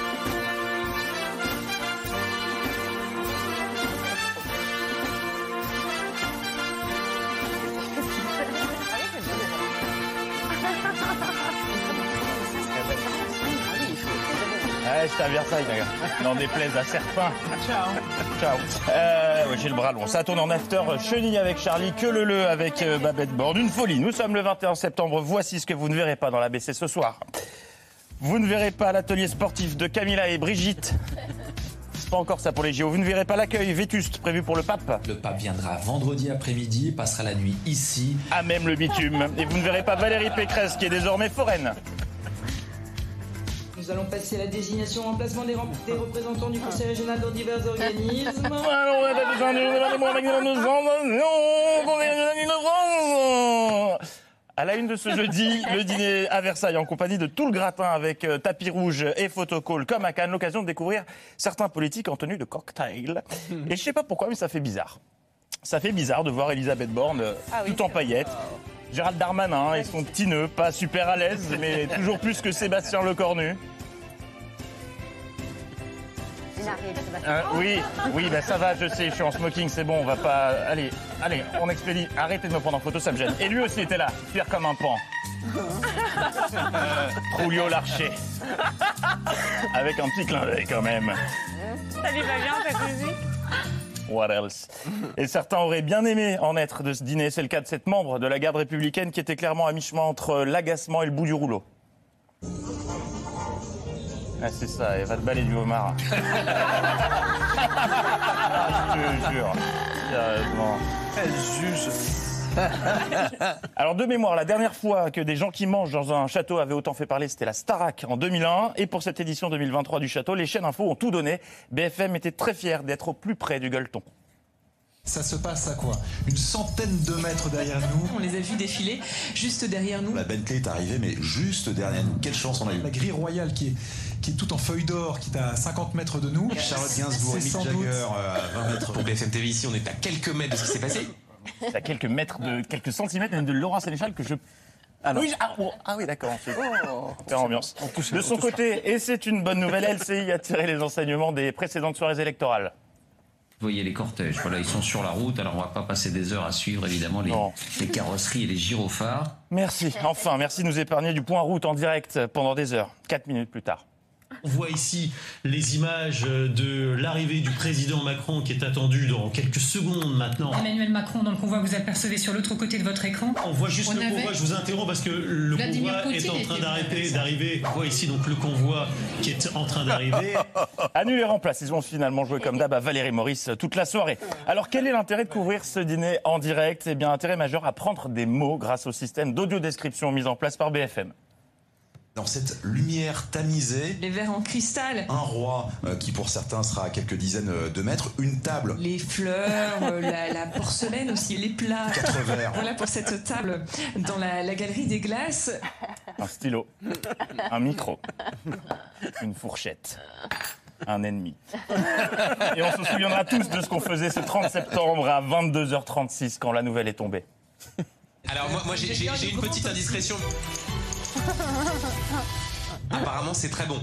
Ouais, j'étais à Versailles, les gars. N'en déplaise à certains. Ciao. Ciao. Euh, ouais, j'ai le bras long. Ça tourne en after. Chenille avec Charlie, que le le avec euh, Babette Borde. Une folie. Nous sommes le vingt et un septembre. Voici ce que vous ne verrez pas dans l'A B C ce soir. Vous ne verrez pas l'atelier sportif de Camilla et Brigitte. C'est pas encore ça pour les J O. Vous ne verrez pas l'accueil vétuste prévu pour le pape. Le pape viendra vendredi après-midi, passera la nuit ici. À même le bitume. Et vous ne verrez pas Valérie Pécresse qui est désormais foraine. Nous allons passer à la désignation remplacement des, des représentants du Conseil régional dans divers organismes. À la une de ce jeudi, le dîner à Versailles en compagnie de tout le gratin avec euh, tapis rouge et photocall comme à Cannes. L'occasion de découvrir certains politiques en tenue de cocktail. Et je sais pas pourquoi, mais ça fait bizarre. Ça fait bizarre de voir Elisabeth Borne euh, Ah oui, tout en paillettes. Gérald Darmanin et son petit nœud, pas super à l'aise, mais toujours plus que Sébastien Lecornu. Euh, oui, oui, bah ça va, je sais, je suis en smoking, c'est bon, on va pas... Allez, allez, on expédie. Arrêtez de me prendre en photo, ça me gêne. Et lui aussi était là, fier comme un pan. Trulio Larcher. Avec un petit clin d'œil quand même. Ça lui va bien, cette musique? What else? Et certains auraient bien aimé en être de ce dîner. C'est le cas de cette membre de la garde républicaine qui était clairement à mi-chemin entre l'agacement et le bout du rouleau. Ah, c'est ça, elle va te balayer du homard. Ah, je te jure. Sérieusement. Elle juge. Alors, de mémoire, la dernière fois que des gens qui mangent dans un château avaient autant fait parler, c'était la Starac en deux mille un. Et pour cette édition deux mille vingt-trois du château, les chaînes info ont tout donné. B F M était très fier d'être au plus près du gueuleton. Ça se passe à quoi? Une centaine de mètres derrière nous. On les a vus défiler juste derrière nous. La Bentley est arrivée, mais juste derrière nous. Quelle chance on a eu. La grille royale qui est, qui est toute en feuilles d'or, qui est à cinquante mètres de nous. Charlotte Gainsbourg et Mick Jagger euh, à vingt mètres. Pour B F M T V ici, on est à quelques mètres de ce qui s'est passé. C'est à quelques mètres, de quelques centimètres même de Laurent Sénéchal que je... Ah, oui, ah, oh, ah oui, d'accord. Oh, faire ambiance. De son côté, et c'est une bonne nouvelle, L C I a tiré les enseignements des précédentes soirées électorales. Vous voyez les cortèges, voilà, ils sont sur la route, alors on va pas passer des heures à suivre évidemment les, les carrosseries et les gyrophares. Merci, enfin, merci de nous épargner du point route en direct pendant des heures, quatre minutes plus tard. On voit ici les images de l'arrivée du président Macron qui est attendu dans quelques secondes maintenant. Emmanuel Macron dans le convoi, vous apercevez sur l'autre côté de votre écran. On voit juste on le avait... convoi, je vous interromps parce que le Vladimir convoi Poutine est en train était... d'arrêter, d'arriver. On voit ici donc le convoi qui est en train d'arriver. Annule et remplace, ils ont finalement joué comme d'hab à Valérie Maurice toute la soirée. Alors quel est l'intérêt de couvrir ce dîner en direct? Eh bien, intérêt majeur à prendre des mots grâce au système d'audiodescription mis en place par B F M. Dans cette lumière tamisée, les verres en cristal, un roi euh, qui pour certains sera à quelques dizaines de mètres, une table, les fleurs, euh, la, la porcelaine aussi, les plats. Quatre verres. Voilà pour cette table dans la, la galerie des glaces. Un stylo, un micro, une fourchette, un ennemi. Et on se souviendra tous de ce qu'on faisait ce trente septembre à vingt-deux heures trente-six quand la nouvelle est tombée. Alors moi, moi j'ai, j'ai, j'ai une petite indiscrétion. Apparemment, c'est très bon.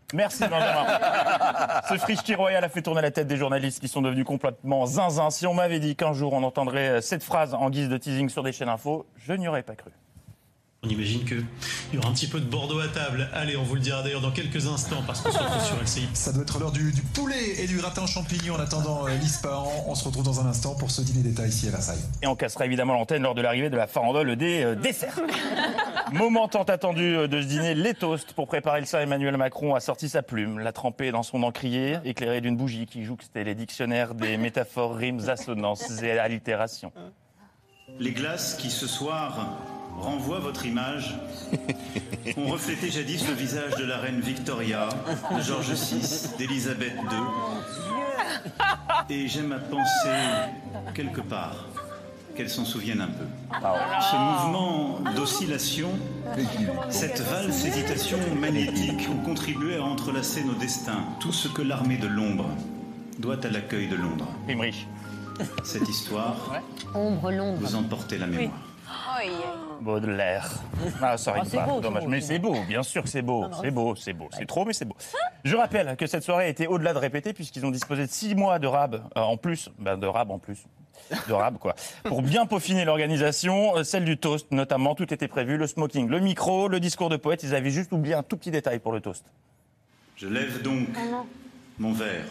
Merci Benjamin. Ce frichti royal a fait tourner la tête des journalistes qui sont devenus complètement zinzin. Si on m'avait dit qu'un jour on entendrait cette phrase en guise de teasing sur des chaînes info, je n'y aurais pas cru. On imagine qu'il y aura un petit peu de Bordeaux à table. Allez, on vous le dira d'ailleurs dans quelques instants parce qu'on se retrouve sur L C I. Ça doit être l'heure du, du poulet et du gratin aux champignons en attendant euh, l'Ispahan. On se retrouve dans un instant pour ce dîner d'État ici à Versailles. Et on cassera évidemment l'antenne lors de l'arrivée de la farandole des euh, desserts. Moment tant attendu de ce dîner, les toasts. Pour préparer le ça, Emmanuel Macron a sorti sa plume, l'a trempée dans son encrier, éclairée d'une bougie qui jouxtait les dictionnaires des métaphores, rimes, assonances et allitérations. Les glaces qui ce soir renvoient votre image ont reflété jadis le visage de la reine Victoria, de George six, d'Élisabeth deux. Et j'aime à penser quelque part qu'elle s'en souvienne un peu. Ce mouvement d'oscillation, cette valse hésitation magnétique ont contribué à entrelacer nos destins. Tout ce que l'armée de l'ombre doit à l'accueil de Londres. Imrich. Cette histoire, Ombre Londres. vous en portez la mémoire. Oui. Baudelaire. Ah, ça arrive Oh, c'est pas, beau, dommage. c'est beau, Mais c'est c'est beau, bien sûr que c'est beau. C'est beau, c'est beau. C'est trop, mais c'est beau. Je rappelle que cette soirée a été au-delà de répétée, puisqu'ils ont disposé de six mois de rab euh, en plus. Ben, de rab en plus. De rab, quoi. Pour bien peaufiner l'organisation, euh, celle du toast notamment, tout était prévu. Le smoking, le micro, le discours de poète. Ils avaient juste oublié un tout petit détail pour le toast. Je lève donc mon verre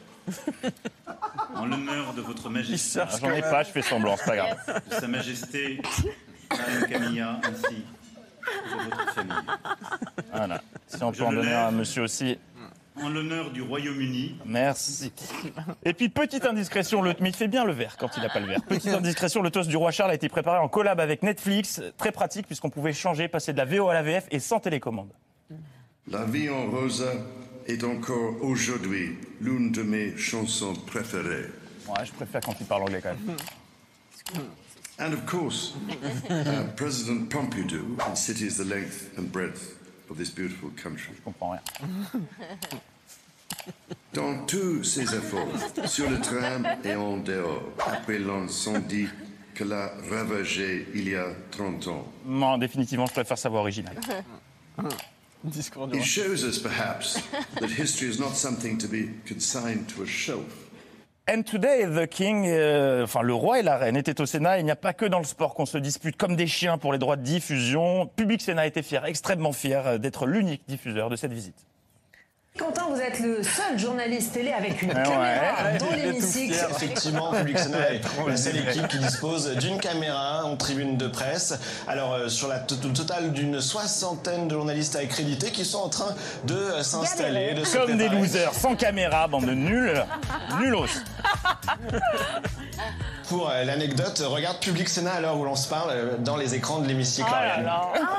en l'honneur de votre majesté. Ah, J'en ai pas, je fais semblant, c'est pas grave. De sa majesté, Madame Camilla, ainsi que de votre famille. Voilà. Si on Je peut en le donner lève. à un monsieur aussi. En l'honneur du Royaume-Uni. Merci. Et puis, petite indiscrétion, le... mais il fait bien le verre quand il n'a pas le verre. Petite indiscrétion, le toast du roi Charles a été préparé en collab avec Netflix. Très pratique puisqu'on pouvait changer, passer de la V O à la V F et sans télécommande. La vie en rosa est encore aujourd'hui l'une de mes chansons préférées. Ouais, je préfère quand il parle anglais quand même. And of course, uh, President Pompidou cities the length and breadth of this beautiful country. Je comprends rien. Dans tous ses efforts, sur le tram et en dehors, après l'incendie que l'a ravagé il y a trente ans. Non, définitivement, je préfère sa voix originale. It shows us perhaps that history is not something to be consigned to a shelf. And today, the king, euh, enfin le roi et la reine étaient au Sénat. Il n'y a pas que dans le sport qu'on se dispute comme des chiens pour les droits de diffusion. Public Sénat était fier, extrêmement fier d'être l'unique diffuseur de cette visite. Quentin, vous êtes le seul journaliste télé avec une Ouais, caméra ouais. dans l'hémicycle. Effectivement, Public Sénat est la seule équipe qui dispose d'une caméra en tribune de presse. Alors, euh, sur la t- le total d'une soixantaine de journalistes accrédités qui sont en train de s'installer, de se Comme des préparer. losers, sans caméra, bande de nuls, nulos. Pour euh, l'anecdote, regarde Public Sénat à l'heure où l'on se parle euh, dans les écrans de l'hémicycle. Oh là Ariane.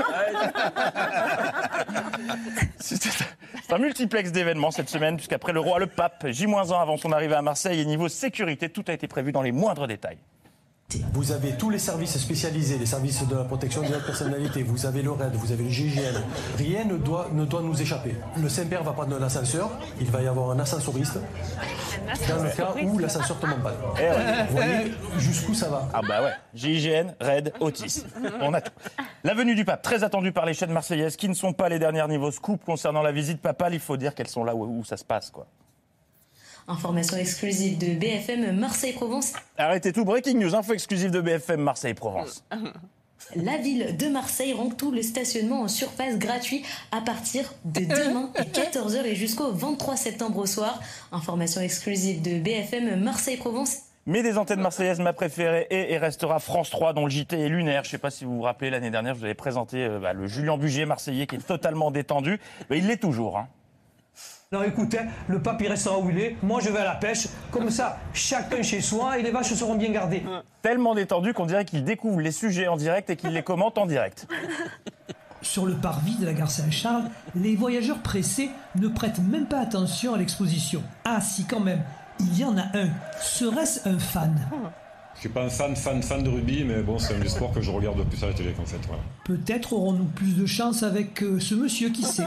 C'est un multiplex d'événements cette semaine, puisqu'après le roi, le pape, J un avant son arrivée à Marseille, et niveau sécurité, tout a été prévu dans les moindres détails. Vous avez tous les services spécialisés, les services de la protection de la personnalité, vous avez le R A I D, vous avez le G I G N. Rien ne doit, ne doit nous échapper. Le Saint-Père va prendre l'ascenseur, il va y avoir un ascensoriste, dans le cas où l'ascenseur tombe en panne. Eh ouais. Vous voyez jusqu'où ça va? Ah bah ouais, G I G N, R A I D, Otis. On a tout. La venue du pape, très attendue par les chaînes marseillaises, qui ne sont pas les dernières niveaux scoop concernant la visite papale. Il faut dire qu'elles sont là où, où ça se passe, quoi. Information exclusive de B F M Marseille-Provence. Arrêtez tout, breaking news, info exclusive de B F M Marseille-Provence. La ville de Marseille rend tout le stationnement en surface gratuit à partir de demain à quatorze heures et jusqu'au vingt-trois septembre au soir. Information exclusive de B F M Marseille-Provence. Mais des antennes marseillaises, ma préférée est et restera France trois, dont le J T est lunaire. Je ne sais pas si vous vous rappelez, l'année dernière, je vous avais présenté euh, bah, le Julien Bugier marseillais qui est totalement détendu. Bah, il l'est toujours, hein. Non, écoutez, le pape il restera où il est, moi je vais à la pêche, comme ça, chacun chez soi et les vaches seront bien gardées. Tellement détendu qu'on dirait qu'il découvre les sujets en direct et qu'il les commente en direct. Sur le parvis de la gare Saint-Charles, les voyageurs pressés ne prêtent même pas attention à l'exposition. Ah si, quand même, il y en a un. Serait-ce un fan ? Je suis pas un fan, fan, fan de rugby, mais bon, c'est un des sports que je regarde plus à la télé, en fait. Voilà. Peut-être aurons-nous plus de chance avec euh, ce monsieur, qui sait ?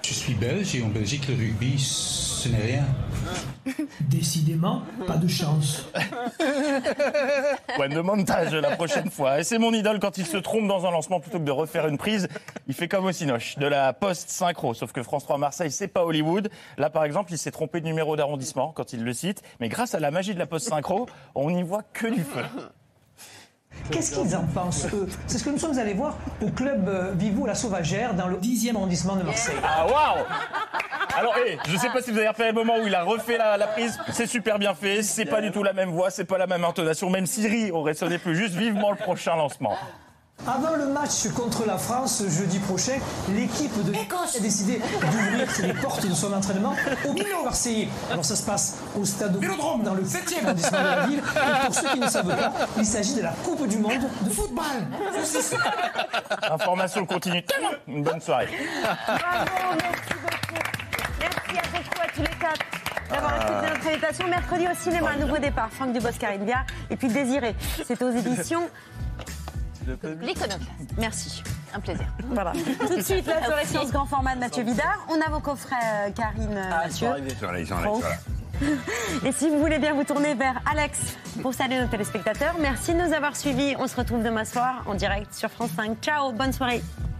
Je suis belge et en Belgique, le rugby, ce n'est rien. Décidément, pas de chance. Ouais, de montage la prochaine fois. Et c'est mon idole quand il se trompe dans un lancement plutôt que de refaire une prise. Il fait comme au Cinoche, de la post-synchro. Sauf que France trois Marseille, c'est pas Hollywood. Là, par exemple, il s'est trompé de numéro d'arrondissement quand il le cite. Mais grâce à la magie de la post-synchro, on n'y voit que du feu. Qu'est-ce qu'ils en pensent, eux? C'est ce que nous sommes allés voir au club euh, Vivo La Sauvagère, dans le dixième arrondissement de Marseille. Ah, waouh! Alors, hey, je sais pas si vous avez repéré le moment où il a refait la, la prise. C'est super bien fait. C'est pas du tout la même voix, c'est pas la même intonation. Même Siri aurait sonné plus juste. Vivement le prochain lancement. Avant le match contre la France, jeudi prochain, l'équipe de l'Écosse a décidé d'ouvrir les portes de son entraînement au Vélodrome marseillais. Alors ça se passe au stade Vélodrome, dans le septième arrondissement de la ville. Et pour ceux qui ne savent pas, il s'agit de la Coupe du Monde de football. Information continue. Une bonne soirée. Bravo, merci beaucoup. Merci à beaucoup, à tous les quatre, d'avoir accepté notre invitation. Mercredi au cinéma, un nouveau départ. Franck Dubosc, Karine Viard. Et puis Désiré. C'est aux éditions L'Iconoclaste. Merci. Un plaisir. Voilà. Tout de suite, la soirée science grand format de Mathieu Vidard. On a vos coffrets, euh, Karine, euh, Ah, ils Mathieu. sont arrivés. Ils sont là, ils sont là, ils sont là. Et si vous voulez bien vous tourner vers Alex pour saluer nos téléspectateurs, merci de nous avoir suivis. On se retrouve demain soir en direct sur France cinq. Ciao, bonne soirée.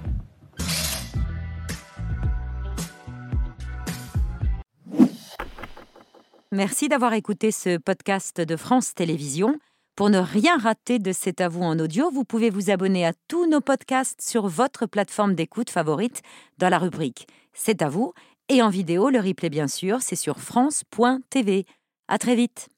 Merci d'avoir écouté ce podcast de France Télévisions. Pour ne rien rater de C'est à vous en audio, vous pouvez vous abonner à tous nos podcasts sur votre plateforme d'écoute favorite dans la rubrique C'est à vous. Et en vidéo, le replay bien sûr, c'est sur France point T V. À très vite.